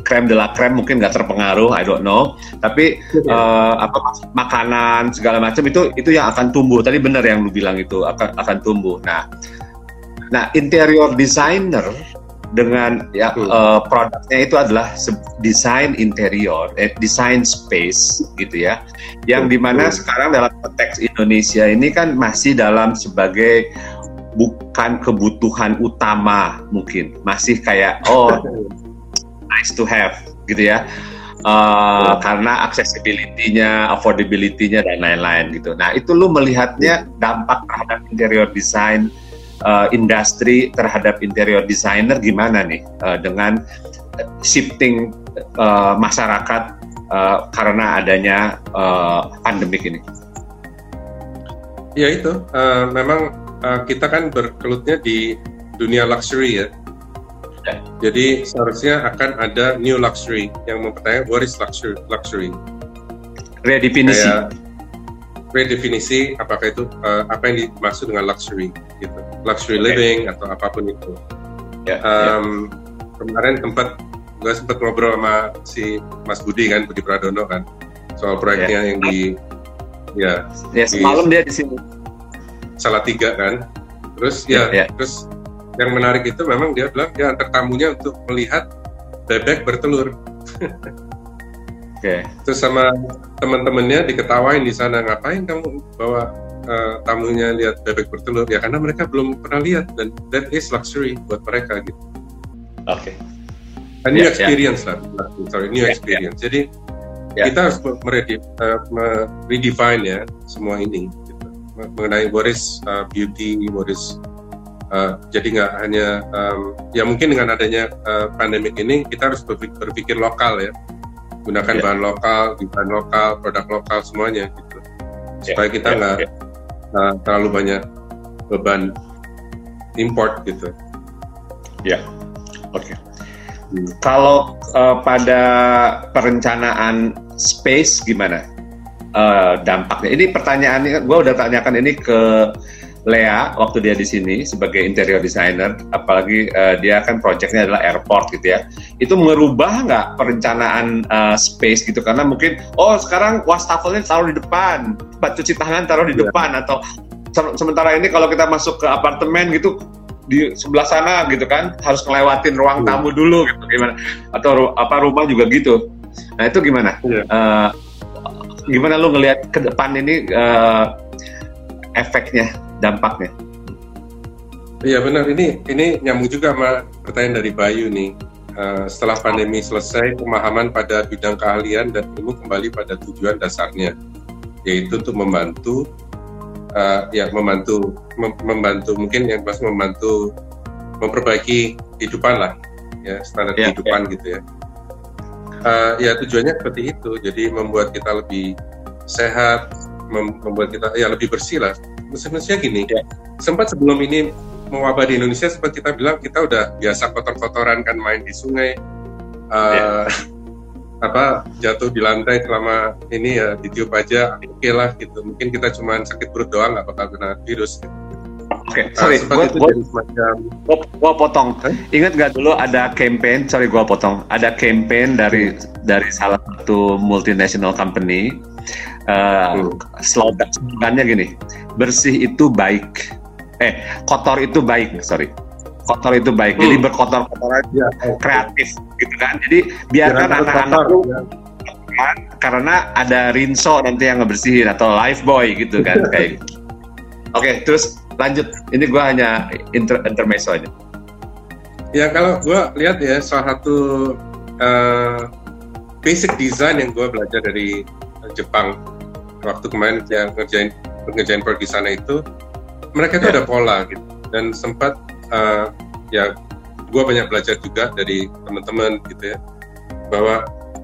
creme de la creme mungkin nggak terpengaruh, I don't know. Tapi uh, apa makanan segala macam itu itu yang akan tumbuh. Tadi benar yang lu bilang itu akan akan tumbuh. Nah, nah interior designer dengan ya uh, produknya itu adalah desain interior, eh, desain space gitu ya, yang dimana sekarang dalam konteks Indonesia ini kan masih dalam sebagai bukan kebutuhan utama, mungkin masih kayak oh nice to have gitu ya, uh, karena accessibility-nya, affordability-nya dan lain-lain gitu. Nah itu lu melihatnya dampak terhadap interior design Uh, industri terhadap interior designer gimana nih uh, dengan shifting uh, masyarakat uh, karena adanya uh, pandemik ini? Ya itu, uh, memang uh, kita kan berkelutnya di dunia luxury ya. ya. Jadi seharusnya akan ada new luxury yang mempertanyakan what is luxury. luxury. Redefinisi. Kayak, redefinisi apakah itu uh, apa yang dimaksud dengan luxury gitu, luxury okay. living atau apapun itu. Yeah, um, yeah. Kemarin tempat gue sempat ngobrol sama si Mas Budi kan, Budi Pradono kan, soal proyeknya yeah. yang di ya yeah, semalam di, dia di sini Salatiga kan, terus ya yeah, yeah. terus yang menarik itu memang dia bilang dia antar tamunya untuk melihat bebek bertelur. Okay. Terus sama teman-temannya diketawain di sana, ngapain kamu bawa uh, tamunya lihat bebek bertelur? Ya karena mereka belum pernah lihat dan that is luxury buat mereka gitu. Oke. Okay. A new yeah, experience yeah. lah, sorry new yeah, experience. Yeah. Jadi yeah. kita harus meredi- uh, redefine ya semua ini gitu. Mengenai what is uh, beauty, what is uh, jadi nggak hanya um, ya mungkin dengan adanya uh, pandemik ini kita harus berpikir, berpikir lokal ya. Gunakan yeah. bahan lokal, desain lokal, produk lokal semuanya gitu, supaya yeah. kita nggak yeah. yeah. uh, terlalu banyak beban import gitu. Ya, yeah. oke. Okay. Hmm. Kalau uh, pada perencanaan space gimana uh, dampaknya? Ini pertanyaannya, gue udah tanyakan ini ke Lea waktu dia di sini sebagai interior designer, apalagi uh, dia kan projectnya adalah airport gitu ya. Itu merubah nggak perencanaan uh, space gitu? Karena mungkin oh sekarang wastafelnya taruh di depan, tempat cuci tangan taruh di yeah. depan, atau se- sementara ini kalau kita masuk ke apartemen gitu di sebelah sana gitu kan harus ngelewatin ruang yeah. tamu dulu gitu gimana? Atau ru- apa rumah juga gitu. Nah itu gimana? Yeah. Uh, gimana lu ngelihat ke depan ini uh, efeknya? Dampaknya. Iya benar, ini ini nyambung juga sama pertanyaan dari Bayu nih. Uh, setelah pandemi selesai, pemahaman pada bidang keahlian dan ilmu kembali pada tujuan dasarnya, yaitu untuk membantu, uh, ya membantu, mem- membantu mungkin yang pas membantu memperbaiki kehidupan lah, ya standar yeah, kehidupan yeah. gitu ya. Uh, ya tujuannya seperti itu, jadi membuat kita lebih sehat, mem- membuat kita ya lebih bersih lah. Maksudnya gini, ya. sempat sebelum ini mewabah di Indonesia, sempat kita bilang kita udah biasa kotor-kotoran kan main di sungai, uh, ya. apa jatuh di lantai selama ini ya ditiup aja, oke okay lah gitu. Mungkin kita cuma sakit perut doang, nggak bakal kena virus. Gitu. Oke, okay, sorry, uh, gua, gua, semacam... gua, gua potong. Huh? Ingat nggak dulu ada campaign, sorry gua potong, ada campaign dari dari salah satu multinational company. Uh, slogan slogannya gini, bersih itu baik, eh kotor itu baik, sorry, kotor itu baik. Hmm. Jadi berkotor-kotoran ya, kreatif, gitu kan. Jadi biarkan anak-anak itu ya. Karena ada rinso nanti yang ngebersihin atau lifebuoy gitu kan kayak. Gitu. Oke, okay, terus lanjut. Ini gue hanya inter intermezzo aja. Ya kalau gue lihat ya salah satu uh, basic design yang gue belajar dari Jepang waktu kemarin yang ngerjain ngerjain pergi sana itu, mereka itu yeah. ada pola gitu, dan sempat uh, ya gue banyak belajar juga dari teman-teman gitu ya, bahwa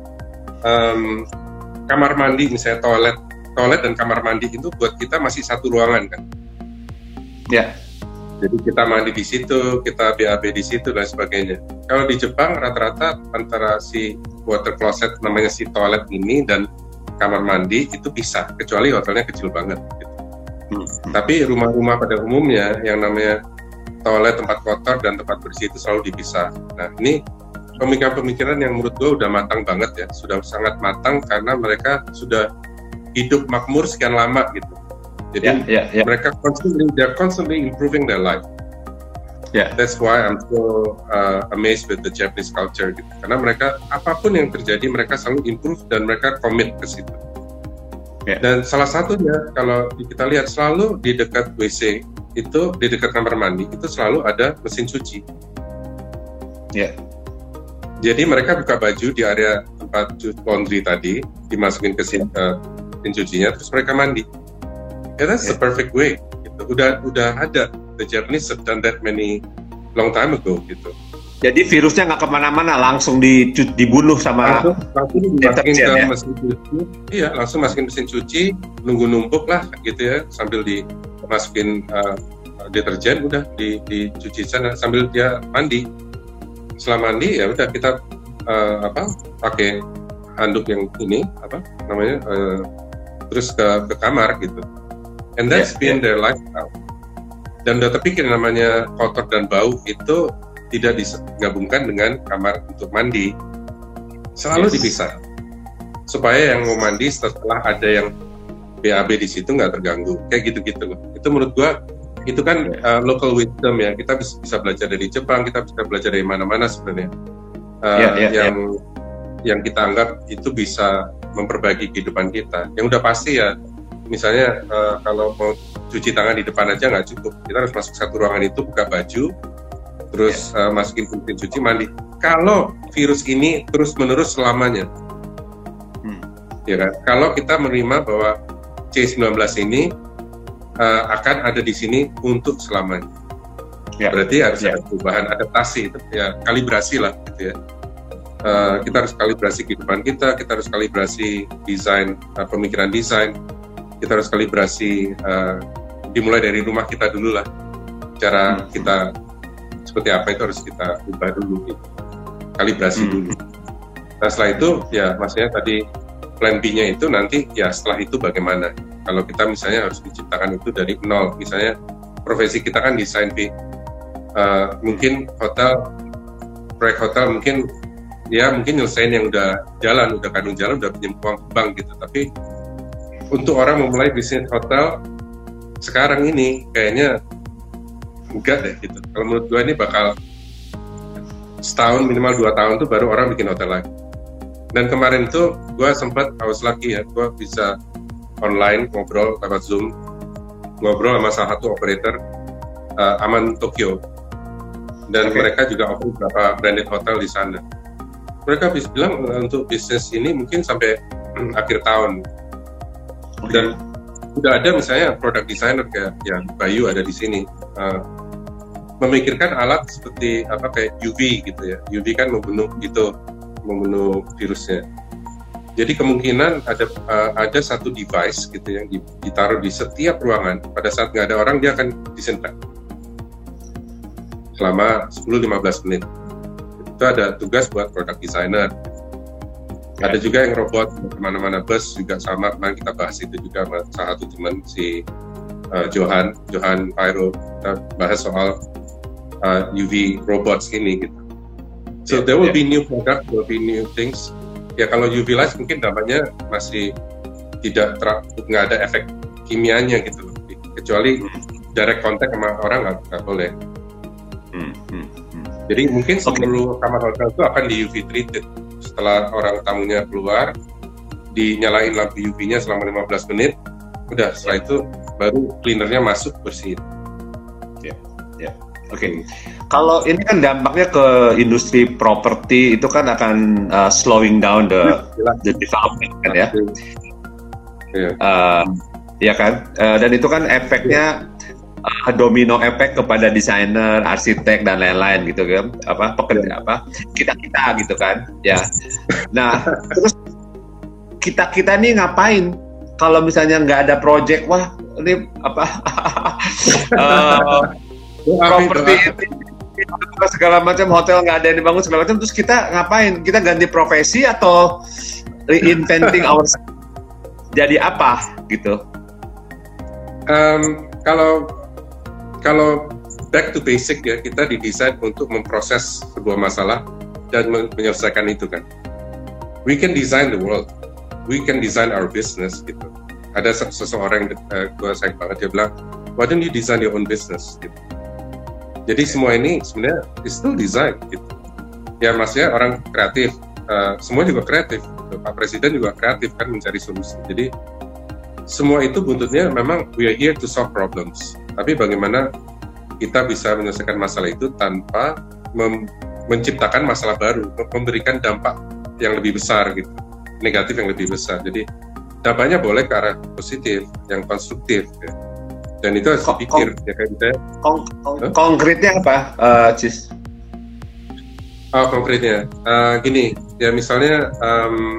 um, kamar mandi misalnya toilet toilet dan kamar mandi itu buat kita masih satu ruangan kan ya yeah. Jadi kita mandi di situ, kita B A B di situ dan sebagainya. Kalau di Jepang rata-rata antara si water closet namanya si toilet ini dan kamar mandi itu bisa, kecuali hotelnya kecil banget gitu. Hmm. Tapi rumah-rumah pada umumnya yang namanya toilet, tempat kotor dan tempat bersih itu selalu dipisah. Nah ini pemikiran-pemikiran yang menurut gue udah matang banget ya, sudah sangat matang karena mereka sudah hidup makmur sekian lama gitu. Jadi yeah, yeah, yeah. mereka constantly, they're constantly improving their life. Yeah. That's why I'm so uh, amazed with the Japanese culture gitu. Karena mereka apapun yang terjadi mereka selalu improve dan mereka commit ke situ. Yeah. Dan salah satunya kalau kita lihat selalu di dekat W C itu, di dekat kamar mandi itu selalu ada mesin cuci. Ya. Yeah. Jadi mereka buka baju di area tempat laundry tadi, dimasukin ke mesin uh, cucinya, terus mereka mandi. Yeah, that's yeah. the perfect way. Gitu. Udah udah ada. The Japanese have done that many long time ago gitu. Jadi virusnya nggak kemana-mana, langsung di, dibunuh sama langsung, langsung dimasukin ke ya? mesin cuci. Iya, langsung masukin mesin cuci, nunggu numpuk lah gitu ya, sambil dimasukin uh, deterjen, udah di, dicuci sana sambil dia mandi. Setelah mandi ya udah kita uh, apa pakai handuk yang ini apa namanya uh, terus ke, ke kamar gitu. And that's yeah, been yeah. their lifestyle. Dan udah terpikir namanya kotor dan bau itu tidak digabungkan dengan kamar untuk mandi, selalu yes. dipisah supaya yang mau mandi setelah ada yang B A B di situ nggak terganggu, kayak gitu-gitu. Itu menurut gua itu kan uh, local wisdom ya, kita bisa, bisa belajar dari Jepang, kita bisa belajar dari mana-mana sebenarnya uh, yeah, yeah, yang yeah. yang kita anggap itu bisa memperbaiki kehidupan kita. Yang udah pasti ya, misalnya uh, kalau mau cuci tangan di depan aja nggak cukup, kita harus masuk satu ruangan itu, buka baju, terus yeah. uh, masukin mesin cuci, mandi. Kalau virus ini terus-menerus selamanya, hmm. ya kan? Kalau kita menerima bahwa C sembilan belas ini uh, akan ada di sini untuk selamanya, yeah. berarti harus yeah. ada perubahan, adaptasi, itu ya kalibrasi lah, gitu ya. Uh, kita harus kalibrasi kehidupan kita, kita harus kalibrasi desain, uh, pemikiran desain. Kita harus kalibrasi, uh, dimulai dari rumah kita dulu lah. Cara hmm. kita seperti apa itu harus kita ubah dulu, gitu. Kalibrasi hmm. dulu. Nah setelah itu ya maksudnya tadi plan B-nya itu nanti ya setelah itu bagaimana. Kalau kita misalnya harus menciptakan itu dari nol, misalnya profesi kita kan desain B, uh, mungkin hotel, proyek hotel mungkin ya mungkin nyelesain yang udah jalan, udah kadung jalan, udah pinjam uang ke bank gitu, tapi untuk orang memulai bisnis hotel sekarang ini kayaknya enggak deh gitu. Kalau menurut gue ini bakal setahun minimal dua tahun tuh baru orang bikin hotel lagi. Dan kemarin tuh gue sempat, I was lucky ya, gue bisa online ngobrol lewat Zoom, ngobrol sama salah satu operator uh, Aman Tokyo. Dan okay. mereka juga open beberapa branded hotel di sana. Mereka bisa bilang uh, untuk bisnis ini mungkin sampai um, akhir tahun. Dan udah ada misalnya produk designer kayak yang Bayu ada di sini uh, memikirkan alat seperti apa kayak U V gitu ya. U V kan membunuh itu membunuh virusnya. Jadi kemungkinan ada uh, ada satu device gitu yang ditaruh di setiap ruangan, pada saat nggak ada orang dia akan disinfek selama sepuluh sampai lima belas menit. Itu ada tugas buat produk designer. Ada juga yang robot kemana-mana, bus juga sama, kemarin kita bahas itu juga sama salah satu teman si uh, Johan, Johan Pyro, kita bahas soal uh, U V robots ini gitu. So yeah, there will yeah. be new product, there will be new things. Ya kalau U V light mungkin dampaknya masih tidak ter, nggak ada efek kimianya gitu, kecuali hmm. direct contact sama orang nggak, nggak boleh. Hmm, hmm, hmm. Jadi mungkin seluruh okay. kamar hotel itu akan di U V treated. Setelah orang tamunya keluar, dinyalain lampu U V-nya selama lima belas menit, udah setelah itu baru cleanernya masuk bersihin. Ya, ya. Oke. Okay. Kalau ini kan dampaknya ke industri properti itu kan akan uh, slowing down the the development kan ya. Yeah. Uh, ya kan. Uh, dan itu kan efeknya uh, domino efek kepada desainer, arsitek dan lain-lain gitu kan. Apa pekerja apa kita-kita gitu kan. Ya. Nah, terus kita-kita nih ngapain? Kalau misalnya nggak ada project, wah ini apa? uh, properti segala macam, hotel nggak ada yang dibangun segala macam, terus kita ngapain? Kita ganti profesi atau reinventing ourselves? Jadi apa gitu? Um, kalau kalau back to basic ya, kita didesain untuk memproses sebuah masalah dan menyelesaikan itu kan. We can design the world, we can design our business gitu. Ada seseorang yang uh, gue sayang banget, dia bilang, why don't you design your own business gitu. Jadi semua ini sebenarnya is still design gitu. Ya maksudnya orang kreatif, uh, semua juga kreatif gitu. Pak Presiden juga kreatif kan mencari solusi. Jadi semua itu buntutnya memang we are here to solve problems. Tapi bagaimana kita bisa menyelesaikan masalah itu tanpa mem- menciptakan masalah baru, memberikan dampak yang lebih besar gitu, negatif yang lebih besar. Jadi dampaknya boleh ke arah positif, yang konstruktif ya. Dan itu harus dipikir ya kayak gitu ya. Kon- kon- huh? Konkretnya apa, uh, Cis? Oh, konkretnya uh, gini ya, misalnya um,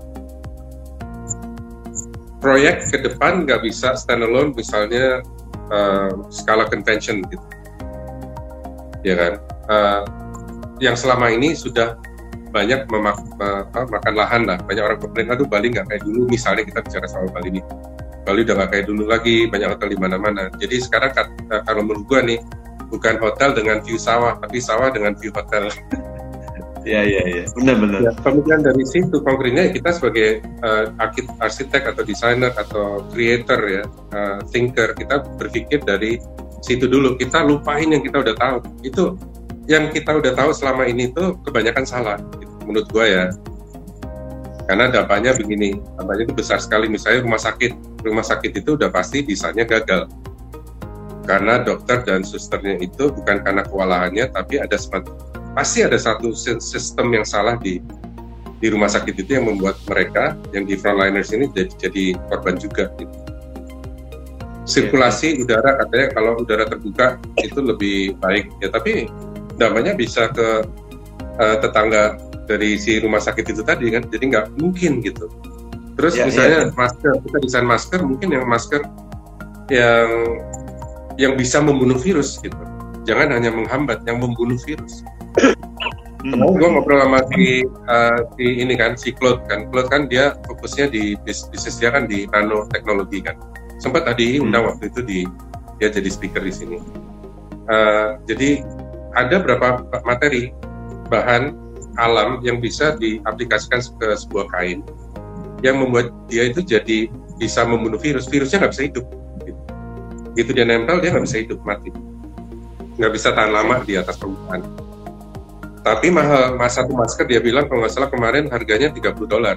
proyek ke depan nggak bisa standalone, misalnya uh, skala convention gitu, ya kan? Uh, yang selama ini sudah banyak memak- uh, makan lahan lah, banyak orang komplain, aduh Bali nggak kayak dulu, misalnya kita bicara soal Bali ini, Bali udah nggak kayak dulu lagi, banyak hotel di mana-mana. Jadi sekarang uh, kalau menurut gua nih, bukan hotel dengan view sawah, tapi sawah dengan view hotel. Iya, iya, iya, benar-benar. Ya, kemudian dari situ konkretnya kita sebagai uh, arsitek atau desainer atau creator ya, uh, thinker, kita berpikir dari situ dulu. Kita lupain yang kita udah tahu. Itu yang kita udah tahu selama ini tuh kebanyakan salah, gitu, menurut gua ya. Karena dampaknya begini, dampaknya itu besar sekali. Misalnya rumah sakit, rumah sakit itu udah pasti desainnya gagal. Karena dokter dan susternya itu bukan karena kewalahannya, tapi ada semacam pasti ada satu sistem yang salah di di rumah sakit itu yang membuat mereka yang di frontliners ini jadi, jadi korban juga gitu. Sirkulasi yeah. udara katanya kalau udara terbuka itu lebih baik ya, tapi dampaknya bisa ke uh, tetangga dari si rumah sakit itu tadi kan, jadi nggak mungkin gitu. Terus yeah, misalnya yeah. masker, kita desain masker mungkin yang masker yang yang bisa membunuh virus gitu, jangan hanya menghambat, yang membunuh virus. Kemarin gue ngobrol sama si, uh, si ini kan, si Claude kan, Claude kan dia fokusnya di bis, bisnis dia kan di nanoteknologi kan. Sempat tadi undang hmm. waktu itu di dia jadi speaker di sini. Uh, jadi ada berapa materi bahan alam yang bisa diaplikasikan ke sebuah kain yang membuat dia itu jadi bisa membunuh virus. Virusnya nggak bisa hidup. Gitu. Gitu dia nempel dia nggak bisa hidup, mati. Nggak bisa tahan lama di atas permukaan. Tapi mahal, mas satu masker dia bilang kalau nggak salah kemarin harganya tiga puluh dolar.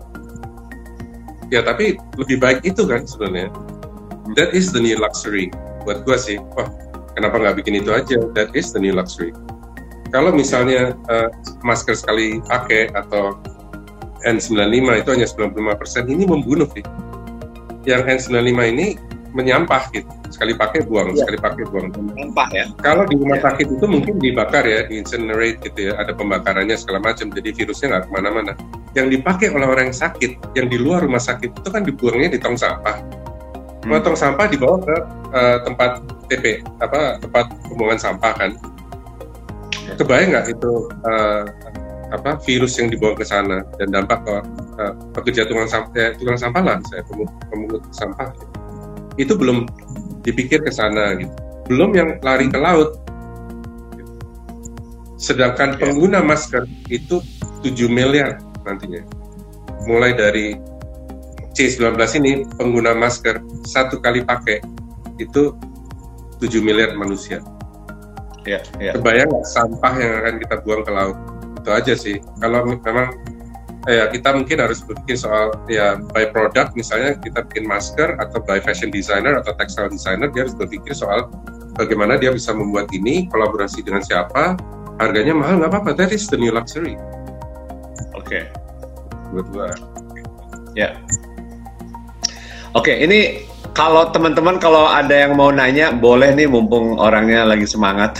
Ya tapi lebih baik itu kan sebenarnya. That is the new luxury. Buat gue sih, wah kenapa nggak bikin itu aja? That is the new luxury. Kalau misalnya uh, masker sekali pakai atau N sembilan puluh lima itu hanya sembilan puluh lima persen, ini membunuh sih. Yang N sembilan puluh lima ini menyampah gitu, sekali pakai buang, ya. sekali pakai buang. Menyampah ya. Kalau di rumah ya. sakit itu mungkin dibakar ya, di incinerate gitu ya, ada pembakarannya segala macam, jadi virusnya nggak kemana-mana. Yang dipakai oleh orang yang sakit, yang di luar rumah sakit itu kan dibuangnya di tong sampah. Hmm. Tong sampah dibawa ke uh, tempat T P, apa tempat pembuangan sampah kan. Ya. Kebayang nggak itu uh, apa virus yang dibawa ke sana dan dampak ke uh, pekerja tukang sampah, eh, tukang sampah lah, saya pemungut sampah. Gitu. Itu belum dipikir ke sana gitu. Belum yang lari ke laut. Gitu. Sedangkan yeah. pengguna masker itu tujuh miliar nantinya. Mulai dari C sembilan belas ini pengguna masker satu kali pakai itu tujuh miliar manusia. Yeah, yeah. Kebayang nggak sampah yang akan kita buang ke laut? Itu aja sih. Kalau memang ya kita mungkin harus berpikir soal ya by product, misalnya kita bikin masker atau by fashion designer atau textile designer, dia harus berpikir soal bagaimana dia bisa membuat ini, kolaborasi dengan siapa, harganya mahal nggak apa-apa, that is the new luxury. Oke. Okay. Buat gua. Ya. Oke, okay, ini kalau teman-teman kalau ada yang mau nanya boleh nih mumpung orangnya lagi semangat.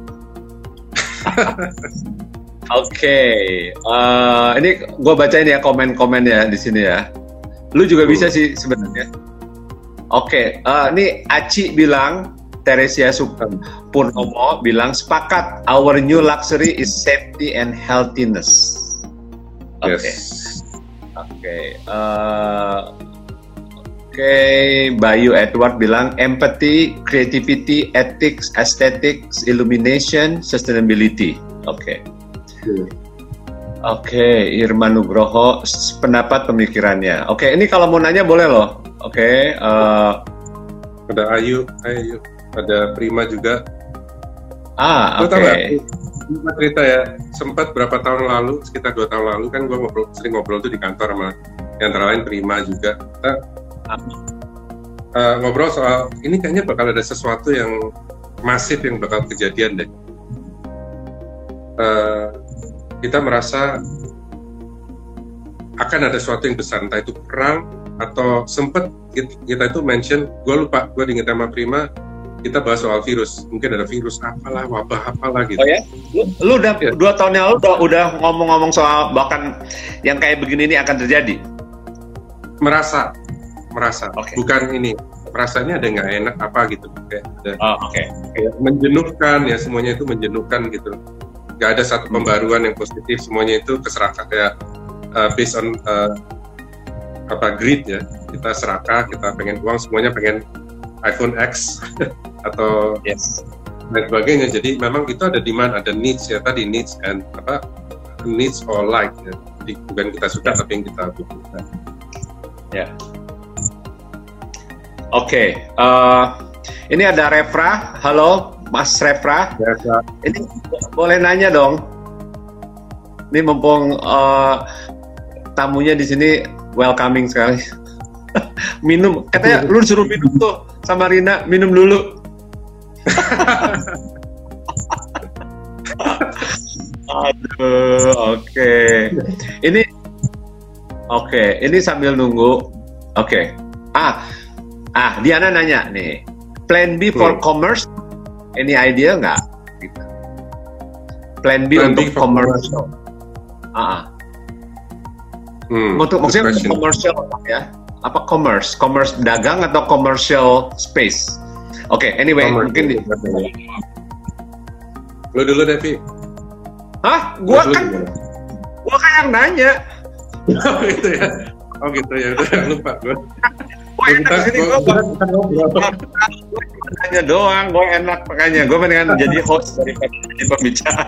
Oke, okay. uh, ini gue bacain ya komen-komen ya di sini ya. Lu juga bisa sih sebenarnya. Oke, okay. uh, ini Aci bilang, Teresia Purnomo bilang sepakat. Our new luxury is safety and healthiness. Oke, okay. Yes. Oke, okay. uh, Oke, okay. Bayu Edward bilang empathy, creativity, ethics, aesthetics, illumination, sustainability. Oke. Okay. Oke, Irma Nugroho, pendapat pemikirannya. Oke, ini kalau mau nanya boleh loh. Oke, uh, ada Ayu, Ayu, ada Prima juga. Ah, oke. Okay. Gue cerita ya, sempat berapa tahun lalu, sekitar dua tahun lalu kan gue ngobrol, sering ngobrol tuh di kantor sama yang antara lain Prima juga. Kita uh, ngobrol soal ini kayaknya bakal ada sesuatu yang masif yang bakal kejadian deh. Uh, kita merasa akan ada sesuatu yang besar, entah itu perang atau sempat kita itu mention, gue lupa, gue diingat sama Prima, kita bahas soal virus, mungkin ada virus apalah, wabah apalah gitu. Oh ya? Lu, lu udah ya. dua tahun yang lalu udah, udah ngomong-ngomong soal bahkan yang kayak begini ini akan terjadi? Merasa, merasa, okay. Bukan ini, rasanya ada nggak enak apa gitu, kayak ada, oh, okay. kayak menjenuhkan ya, semuanya itu menjenuhkan gitu. Nggak ada satu pembaruan yang positif, semuanya itu keserakahan kayak uh, based on uh, apa greed ya, kita serakah, kita pengen uang, semuanya pengen iPhone X atau yes. dan sebagainya. Jadi memang itu ada demand, ada needs ya tadi, needs and apa needs or like ya. Jadi bukan kita suka tapi yang kita butuhkan. Ya. Oke, okay. uh, ini ada Refra. Halo, Mas Refra. Refra. Ini boleh nanya dong. Ini mumpung uh, tamunya di sini welcoming sekali. Minum, katanya lu suruh minum tuh sama Rina, minum dulu. Aduh, oke. Okay. Ini, oke, okay. Ini sambil nunggu. Oke. Okay. Ah, ah, Diana nanya nih, Plan B for hmm. commerce, any idea nggak? Gitu. Plan B Plan untuk B commercial. Ah, hmm, untuk maksudnya untuk commercial ya? Apa commerce? Commerce dagang atau commercial space? Oke, okay, anyway, commerce mungkin di... Lu dulu, Devi. Hah? Gua Lu kan, gua kan yang nanya. Oh gitu ya? Oh gitu ya, udah lupa gua. Gua enak sini, gua nanya doang, gua enak makanya. Gua mendingan jadi host daripada jadi pembicara.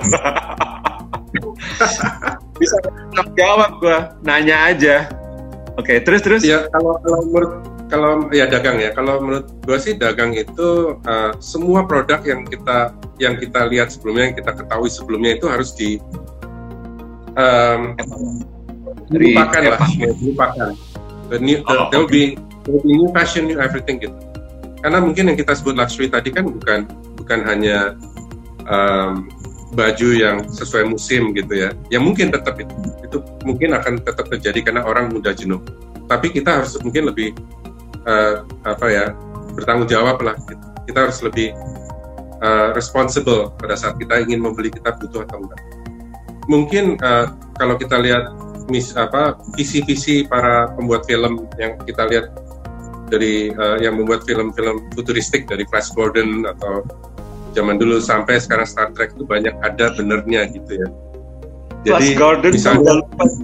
Bisa jawab gua, nanya aja. Oke, okay, terus terus. Ya kalau kalau menurut kalau ya dagang ya, kalau menurut gue sih dagang itu uh, semua produk yang kita yang kita lihat sebelumnya, yang kita ketahui sebelumnya itu harus di um, dilupakan lah, ya, dilupakan. The new, the, oh, there will be there will be new fashion, new everything gitu. Karena mungkin yang kita sebut luxury tadi kan bukan bukan hanya um, baju yang sesuai musim gitu ya, yang mungkin tetap itu, itu mungkin akan tetap terjadi karena orang mudah jenuh. Tapi kita harus mungkin lebih uh, apa ya bertanggung jawab lah. Gitu. Kita harus lebih uh, responsible pada saat kita ingin membeli, kita butuh atau enggak. Mungkin uh, kalau kita lihat mis apa visi-visi para pembuat film yang kita lihat dari uh, yang membuat film-film futuristik dari Flash Gordon atau zaman dulu sampai sekarang Star Trek itu banyak ada benernya gitu ya. Jadi misalnya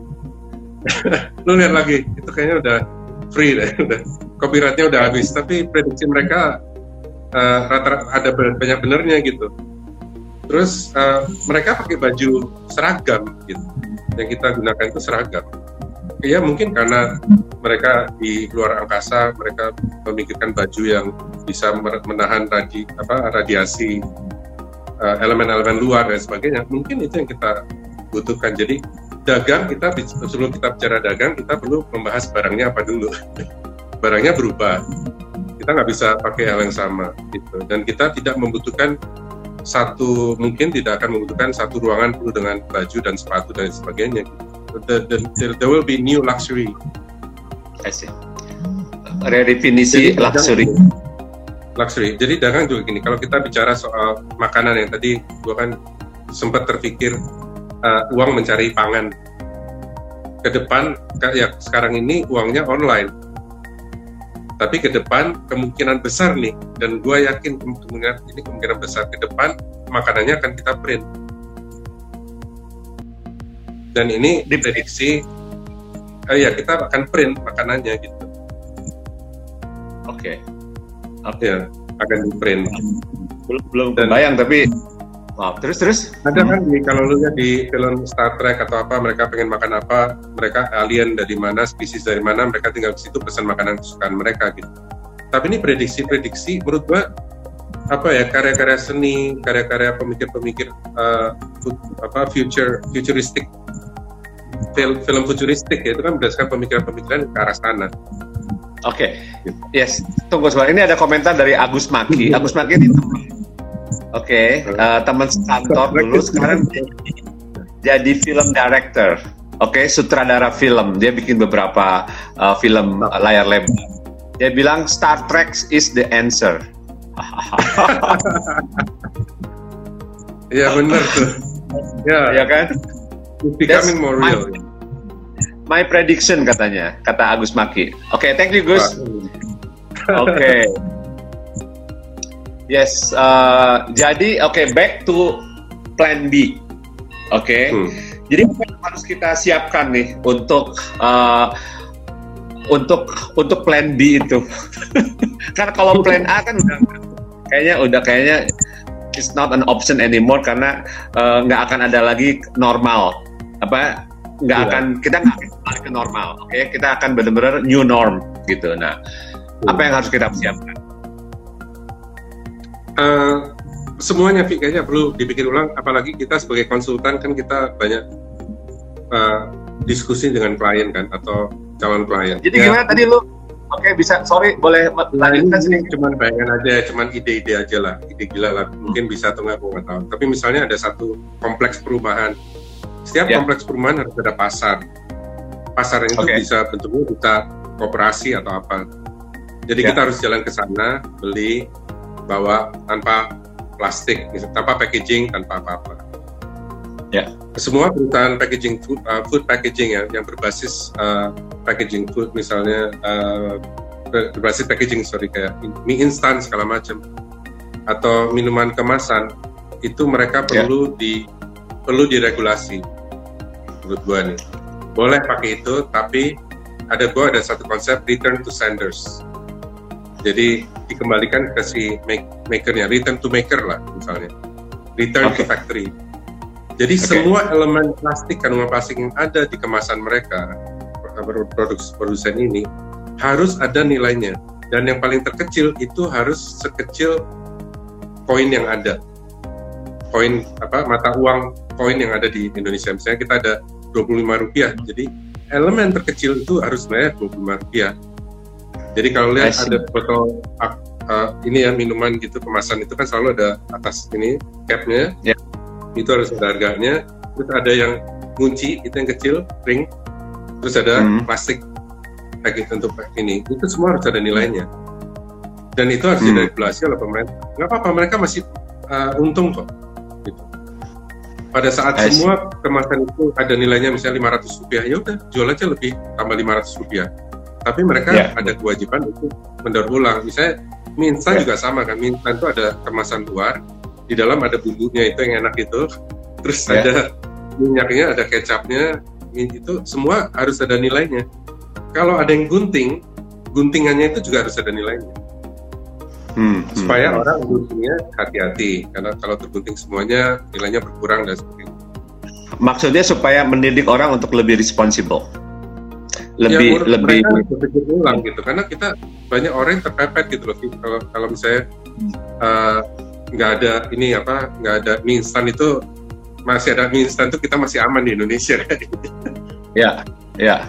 lu lihat lagi itu kayaknya udah free deh, udah copyrightnya udah habis, tapi prediksi mereka uh, rata-rata ada banyak benernya gitu. Terus uh, mereka pakai baju seragam gitu, yang kita gunakan itu seragam. Ya mungkin karena mereka di luar angkasa, mereka memikirkan baju yang bisa menahan radi, apa, radiasi uh, elemen-elemen luar dan sebagainya. Mungkin itu yang kita butuhkan. Jadi dagang, kita sebelum kita bicara dagang, kita perlu membahas barangnya apa dulu. Barangnya berubah, kita nggak bisa pakai hal yang sama gitu. Dan kita tidak membutuhkan satu, mungkin tidak akan membutuhkan satu ruangan penuh dengan baju dan sepatu dan sebagainya. The, the, the, there will be new luxury. I see. Redefinisi luxury. Luxury. Jadi dagang juga gini. Kalau kita bicara soal makanan yang tadi, gua kan sempat terpikir uh, uang mencari pangan. Ke depan, ya sekarang ini uangnya online. Tapi ke depan kemungkinan besar nih, dan gua yakin kemungkinan ini kemungkinan besar ke depan makanannya akan kita print. Dan ini diprediksi, uh, ya kita akan print makanannya gitu. Oke. Okay. Okay. Ya, akan di print. Belum belum kebayang, tapi Wow, terus terus? Ada kan di, kalau lu lihat di film Star Trek atau apa, mereka pengen makan apa, mereka alien dari mana, spesies dari mana, mereka tinggal di situ pesan makanan kesukaan mereka gitu. Tapi ini prediksi-prediksi menurut gua apa ya, karya-karya seni, karya-karya pemikir-pemikir uh, apa future futuristic film, film futuristik ya, itu kan berdasarkan pemikiran-pemikiran ke arah sana. Oke, okay. Yes, tunggu sebentar. Ini ada komentar dari Agus Maki. Agus Maki ini Oke, okay, uh, teman kantor dulu, sekarang jadi film director. Oke, okay, sutradara film. Dia bikin beberapa uh, film uh, layar lebar. Dia bilang Star Trek is the answer. Iya benar tuh. Ya, ya kan? It's becoming more real. My, my prediction katanya, kata Agus Maki. Oke, okay, thank you Gus. Oke. Okay. Yes, uh, jadi oke okay, back to plan B, oke. Okay? Hmm. Jadi apa yang harus kita siapkan nih untuk uh, untuk untuk plan B itu? Karena kalau plan A kan udah kayaknya udah kayaknya it's not an option anymore karena nggak uh, akan ada lagi normal, apa nggak yeah. akan kita nggak akan balik ke normal, oke? Okay? Kita akan benar-benar new norm gitu. Nah, hmm. apa yang harus kita siapkan? Uh, semuanya Vi, kayaknya perlu dipikir ulang, apalagi kita sebagai konsultan kan kita banyak uh, diskusi dengan klien kan atau calon klien. Jadi ya, gimana tadi lu? Oke, bisa, sorry, boleh lanjutkan sini. Cuman bayangan aja, cuman ide-ide aja lah, ide gila lah, mungkin bisa atau nggak, aku nggak tahu. Tapi misalnya ada satu kompleks perumahan, setiap yeah. kompleks perumahan harus ada pasar. Pasar itu okay. bisa bentuknya bisa koperasi atau apa. Jadi yeah. kita harus jalan ke sana, beli, bawa tanpa plastik, tanpa packaging, tanpa apa-apa. Ya. Semua perusahaan packaging food, uh, food packaging ya, yang berbasis uh, packaging food, misalnya uh, berbasis packaging, sorry kayak mie instan segala macam, atau minuman kemasan, itu mereka perlu ya. di perlu diregulasi. Menurut gua nih, boleh pakai itu, tapi ada gua ada satu konsep return to senders. Jadi dikembalikan ke si make, makernya, return to maker lah misalnya, return okay. to factory. Jadi okay. semua elemen plastik, kandungan plastik yang ada di kemasan mereka, produk produsen ini harus ada nilainya. Dan yang paling terkecil itu harus sekecil koin yang ada, koin apa mata uang koin yang ada di Indonesia. Misalnya kita ada dua puluh lima rupiah, jadi elemen terkecil itu harus sebenarnya dua puluh lima rupiah. Jadi kalau lihat ada botol uh, ini ya minuman gitu kemasan itu kan selalu ada atas ini capnya, yeah. itu harus ada harganya. Terus ada yang kunci itu yang kecil ring, terus ada mm. plastik packaging untuk ini, itu semua harus ada nilainya. Dan itu harus mm. diregulasi oleh pemerintah. Nggak apa-apa, mereka masih uh, untung kok. Gitu. Pada saat I semua see. kemasan itu ada nilainya misalnya lima ratus rupiah, ya udah jual aja lebih tambah lima ratus rupiah. Tapi mereka yeah. ada kewajiban untuk mendaur ulang. Misalnya mie instan yeah. juga sama kan, mie instan itu ada kemasan luar, di dalam ada bumbunya itu yang enak itu, terus yeah. ada minyaknya, ada kecapnya, itu semua harus ada nilainya. Kalau ada yang gunting, guntingannya itu juga harus ada nilainya. Hmm, supaya hmm. orang guntingnya hati-hati, karena kalau tergunting semuanya nilainya berkurang dan sebagainya. Maksudnya supaya mendidik orang untuk lebih responsible. Lebih ya, lebih berpikir ulang gitu, karena kita banyak orang yang terpepet gitu loh. Kalau kalau misalnya nggak uh, ada ini apa nggak ada mie instan itu, masih ada mie instan itu kita masih aman di Indonesia. Ya, ya.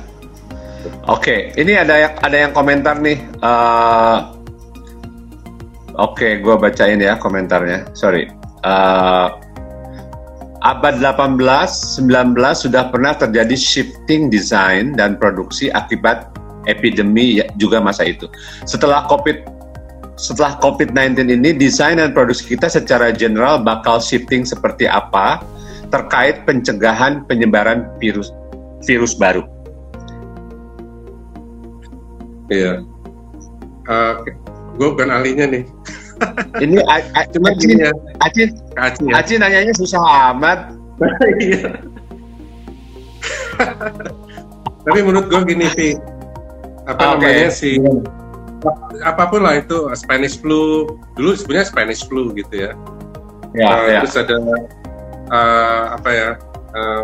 Oke, okay. Ini ada yang ada yang komentar nih. Uh, Oke, okay, gue bacain ya komentarnya. Sorry. Uh, Abad delapan belas, sembilan belas sudah pernah terjadi shifting desain dan produksi akibat epidemi juga masa itu. Setelah COVID setelah covid sembilan belas ini, desain dan produksi kita secara general bakal shifting seperti apa terkait pencegahan penyebaran virus virus baru. Iya. Uh, gue bukan ahlinya nih. Ini a, a, cuma Acin, ya. Acin, Acin, ya. Acin nanyanya susah amat. Iya. Tapi menurut gue gini sih, apa okay. namanya sih, apapun lah itu Spanish flu, dulu sebenarnya Spanish flu gitu ya. Ya, uh, ya. Terus ada uh, apa ya? Uh,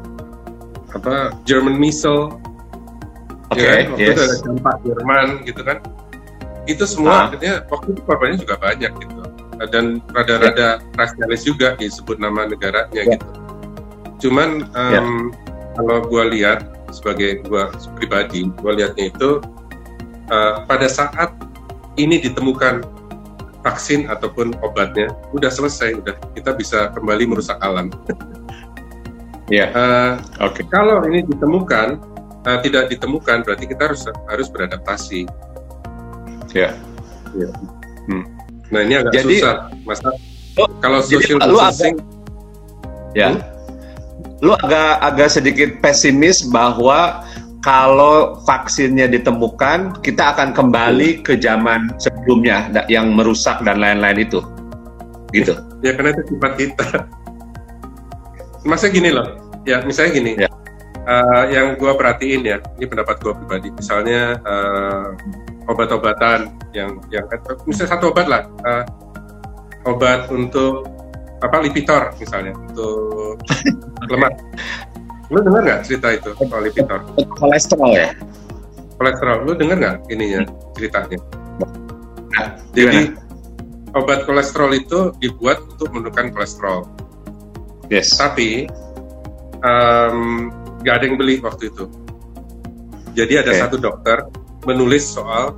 apa German measles. Oke, okay, ya, waktu yes. itu ada campak Jerman gitu kan. Itu semua Ah. akhirnya waktu itu korbannya juga banyak gitu. Dan rada-rada yeah. rasialis juga disebut nama negaranya yeah. gitu. Cuman um, yeah. kalau gue lihat sebagai gue pribadi, gue lihatnya itu uh, pada saat ini ditemukan vaksin ataupun obatnya, udah selesai, udah kita bisa kembali merusak alam. Ya. Yeah. Uh, Oke. Okay. Kalau ini ditemukan, uh, tidak ditemukan, berarti kita harus harus beradaptasi. Ya. Yeah. Yeah. Hmm. Nah ini agak jadi, susah, Mas. Oh, kalau social distancing, ya, hmm? lu agak agak sedikit pesimis bahwa kalau vaksinnya ditemukan, kita akan kembali ke zaman sebelumnya yang merusak dan lain-lain itu, gitu. Ya karena itu sifat kita. Maksudnya gini loh, ya misalnya gini, ya. uh, yang gue perhatiin ya, ini pendapat gue pribadi, misalnya uh, obat-obatan yang yang misalnya satu obat lah, uh, obat untuk apa Lipitor misalnya untuk lemak. Lu dengar nggak cerita itu soal Lipitor? Kolesterol ya? Kolesterol, lu dengar nggak ininya ceritanya? Nah, jadi obat kolesterol itu dibuat untuk menurunkan kolesterol. Yes. Tapi um, nggak ada yang beli waktu itu. Jadi ada okay. satu dokter menulis soal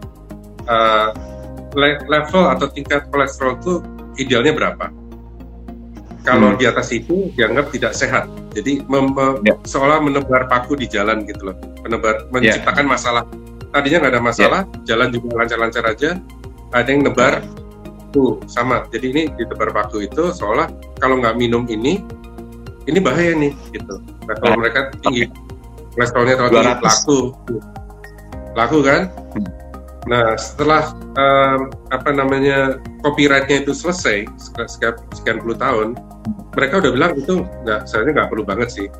uh, le- level atau tingkat kolesterol itu idealnya berapa. Kalau hmm. di atas itu dianggap tidak sehat. Jadi mem- yeah. seolah menebar paku di jalan gitu loh, menebar, menciptakan yeah. masalah. Tadinya nggak ada masalah, yeah. jalan juga lancar-lancar aja. Ada yang nebar tuh sama. Jadi ini ditebar paku itu seolah kalau nggak minum ini, ini bahaya nih gitu. Nah, kalau nah. mereka tinggi, kolesterolnya terlalu tinggi, laku, laku kan? Hmm. Nah setelah um, apa namanya copyrightnya itu selesai sekian, sekian puluh tahun, mereka udah bilang itu nggak, sebenarnya nggak perlu banget sih.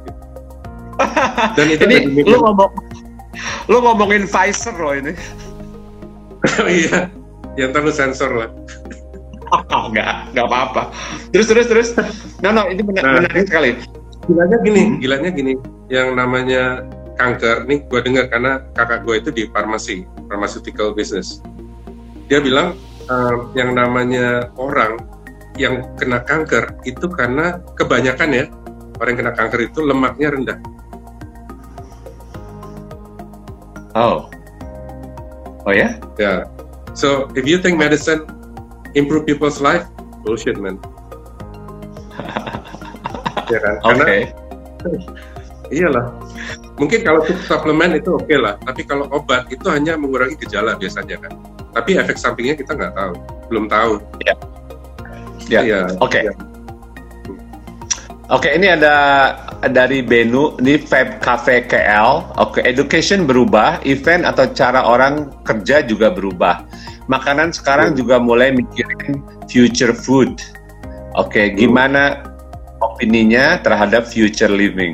Dan itu ini lu ngomong, lu ngomongin Pfizer loh ini. Oh iya, yang terlalu sensor lah. Oh, nggak, nggak apa-apa. Terus terus terus. No no, ini benar, nah, menarik sekali. Gilanya gini, hmm. gilanya gini, yang namanya kanker, nih gue dengar karena kakak gue itu di farmasi, pharmaceutical business. Dia bilang uh, yang namanya orang yang kena kanker itu karena kebanyakan ya, orang yang kena kanker itu lemaknya rendah. Oh, oh ya? Ya. Yeah. So if you think medicine improve people's life, bullshit man. Ya kan? Karena okay. iyalah. Mungkin kalau suplemen itu oke okay lah, tapi kalau obat itu hanya mengurangi gejala biasanya kan. Tapi efek sampingnya kita nggak tahu, belum tahu. Ya. Ya. ya. Oke. Okay. Ya. Oke, okay, ini ada dari Benu, ini Vape Cafe K L. Oke, okay, education berubah, event atau cara orang kerja juga berubah. Makanan sekarang hmm. juga mulai mikirin future food. Oke, okay, gimana hmm. opininya terhadap future living?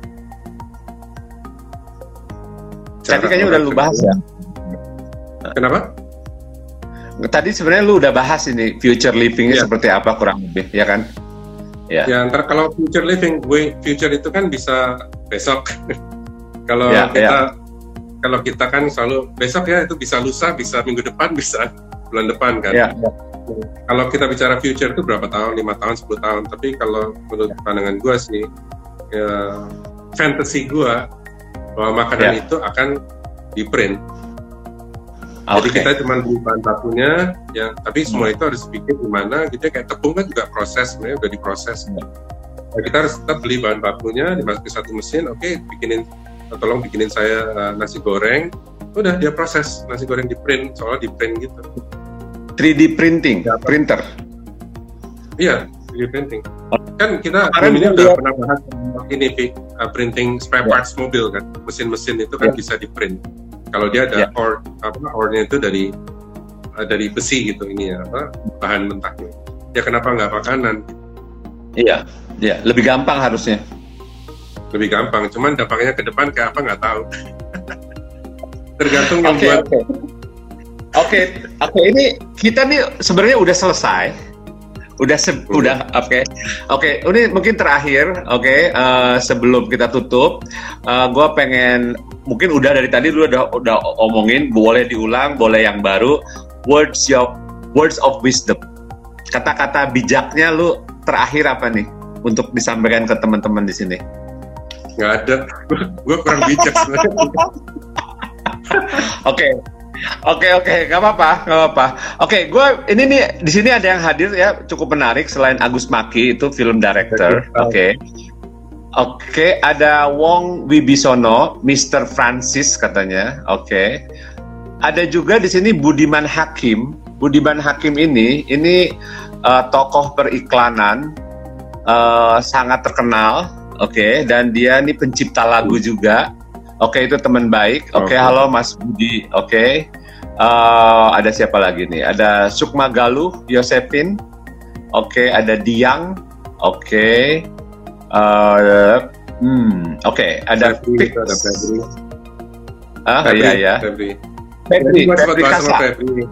Tadi kayaknya udah lu bahas ya. Kenapa? Tadi sebenarnya lu udah bahas ini future livingnya ya. Seperti apa kurang lebih, ya kan? Ya. Ya, ntar kalau future living, gue future itu kan bisa besok. Kalau ya, kita, ya. kalau kita kan selalu besok ya, itu bisa lusa, bisa minggu depan, bisa bulan depan kan. Ya, ya. Kalau kita bicara future itu berapa tahun, lima tahun, sepuluh tahun. Tapi kalau menurut pandangan gue sih, ya, fantasy gue bahwa makanan ya. Itu akan di print. Okay. Jadi kita cuma beli bahan bakunya, ya, tapi semua hmm. itu harus bikin gimana, gitu kayak tepung kan juga proses, sebenarnya udah diproses. Hmm. Nah, kita harus tetap beli bahan bakunya, dimasukin satu mesin, oke, okay, bikinin, tolong bikinin saya uh, nasi goreng, udah dia proses nasi goreng di print, soalnya di print gitu. three D printing, ya, printer. Iya, three D printing. Kan kita ini udah pernah bahas ini uh, printing spare parts ya. Mobil kan, mesin-mesin itu kan ya. Bisa di print. Kalau dia ada ya. or apa ornya itu dari uh, dari besi gitu ini ya apa bahan mentahnya. Ya kenapa nggak makanan? Iya, iya lebih gampang harusnya. Lebih gampang, cuman dampaknya ke depan kayak apa nggak tahu. Tergantung yang okay, buat. Oke, okay. oke, okay. okay, ini kita nih sebenarnya udah selesai. Udah se udah oke. Okay. Oke, okay. Ini mungkin terakhir, oke, okay, uh, sebelum kita tutup, uh, gue pengen mungkin udah dari tadi lu udah udah omongin, boleh diulang, boleh yang baru. Words of words of wisdom. Kata-kata bijaknya lu terakhir apa nih untuk disampaikan ke teman-teman di sini? Nggak ada, gue kurang bijak sebenarnya. Oke. Oke oke, nggak apa-apa, nggak apa-apa. Oke, gue ini nih di sini ada yang hadir ya, cukup menarik selain Agus Maki itu film director. Oke, oke, ada Wong Wibisono, mister Francis katanya. Oke, ada juga di sini Budiman Hakim. Budiman Hakim ini ini uh, tokoh periklanan uh, sangat terkenal. Oke, dan dia ini pencipta lagu juga. Oke, okay, itu teman baik. Oke, okay, okay. Halo Mas Budi. Oke, okay. uh, ada siapa lagi nih? Ada Sukma Galuh, Yosepin. Oke, okay, ada Diang. Oke, okay. uh, hmm, oke, okay. ada Febri. Ada Febri. Ah, Febri, iya ya. Febri. Febri, Febri Kasa. Febri.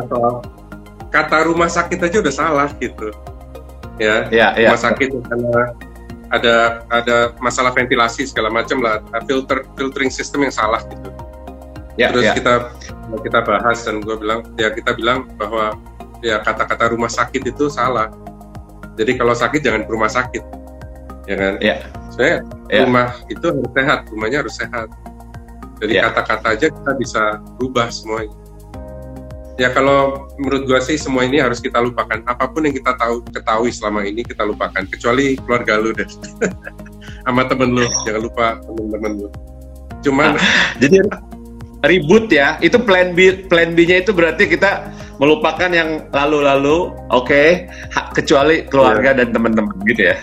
Kata rumah sakit aja udah salah gitu. Ya, ya, ya. Rumah sakit karena ada ada masalah ventilasi segala macam lah, filter filtering system yang salah gitu. Ya, Terus ya. kita kita bahas dan gue bilang ya kita bilang bahwa ya kata-kata rumah sakit itu salah. Jadi kalau sakit jangan ke rumah sakit, ya kan? Ya. Saya ya. Rumah itu harus sehat, rumahnya harus sehat. Jadi ya. Kata-kata aja kita bisa rubah semuanya. Ya kalau menurut gue sih semua ini harus kita lupakan. Apapun yang kita tahu ketahui selama ini kita lupakan. Kecuali keluarga lu deh. Sama temen lu. Jangan lupa temen-temen lu. Cuman jadi ribut ya. Itu plan B, plan B-nya itu berarti kita melupakan yang lalu-lalu. Oke. Okay. Kecuali keluarga yeah. dan teman-teman gitu ya.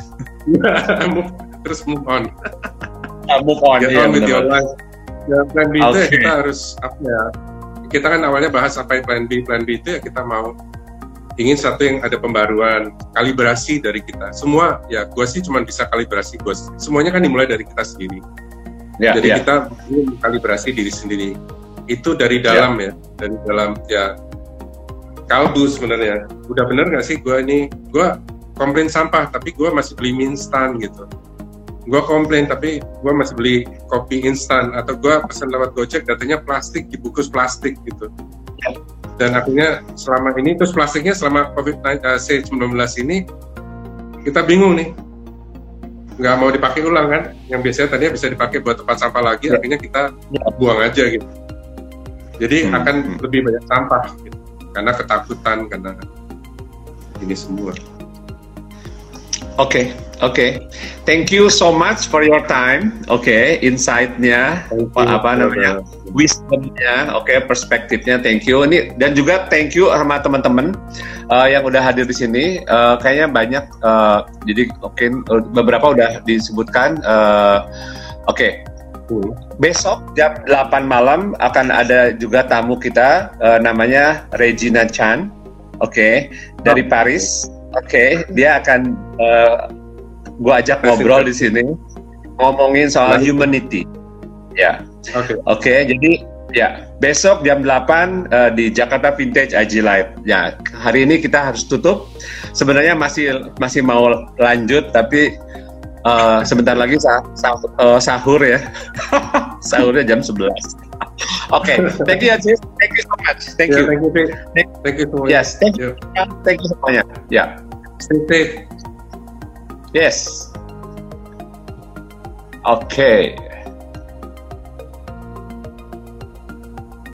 Terus move on. Uh, move on. Get on with your life. Ya, plan B okay. itu ya kita harus apa ya? Kita kan awalnya bahas apa yang plan B, plan B itu ya kita mau ingin satu yang ada pembaruan, kalibrasi dari kita. Semua ya gue sih cuma bisa kalibrasi gue. Semuanya kan dimulai dari kita sendiri. Ya, Jadi ya. kita kalibrasi diri sendiri. Itu dari dalam ya, ya dari dalam ya kalbu sebenarnya. Udah bener nggak sih gue ini? Gue komplain sampah tapi gue masih beli mie instan gitu. Gue komplain tapi gue masih beli kopi instan atau gue pesan lewat Gojek datanya plastik dibungkus plastik gitu. Dan akhirnya selama ini terus plastiknya selama covid sembilan belas ini kita bingung nih, nggak mau dipakai ulang kan, yang biasanya tadinya bisa dipakai buat tempat sampah lagi ya. Akhirnya kita buang aja gitu. Jadi hmm. akan lebih banyak sampah gitu. Karena ketakutan, karena ini semua. Oke, okay, oke. Okay. Thank you so much for your time. Oke, okay, insight-nya, apa namanya, wisdom-nya, oke, okay, perspektifnya. Thank you. Ini dan juga thank you sama teman-teman uh, yang udah hadir di sini. Uh, kayaknya banyak. Uh, jadi mungkin okay, beberapa udah disebutkan. Uh, oke. Okay. Hmm. Besok jam delapan malam akan ada juga tamu kita, uh, namanya Regina Chan. Oke, okay, dari oh. Paris. Oke, okay, dia akan uh, gua ajak ngobrol di sini ngomongin soal humanity. Ya. Oke. Okay. Oke, okay, jadi ya besok jam delapan uh, di Jakarta Vintage I G Live. Ya, hari ini kita harus tutup. Sebenarnya masih masih mau lanjut tapi uh, sebentar lagi sah, sah, uh, sahur ya. Sahurnya jam sebelas. Oke, okay. Thank you Aziz. Thank you so much. Thank yeah, you. Thank you. Thank, thank you so much. Yes, thank you. Yeah. Thank you semuanya. Ya. Yeah. Stay safe. Yes. Oke. Okay.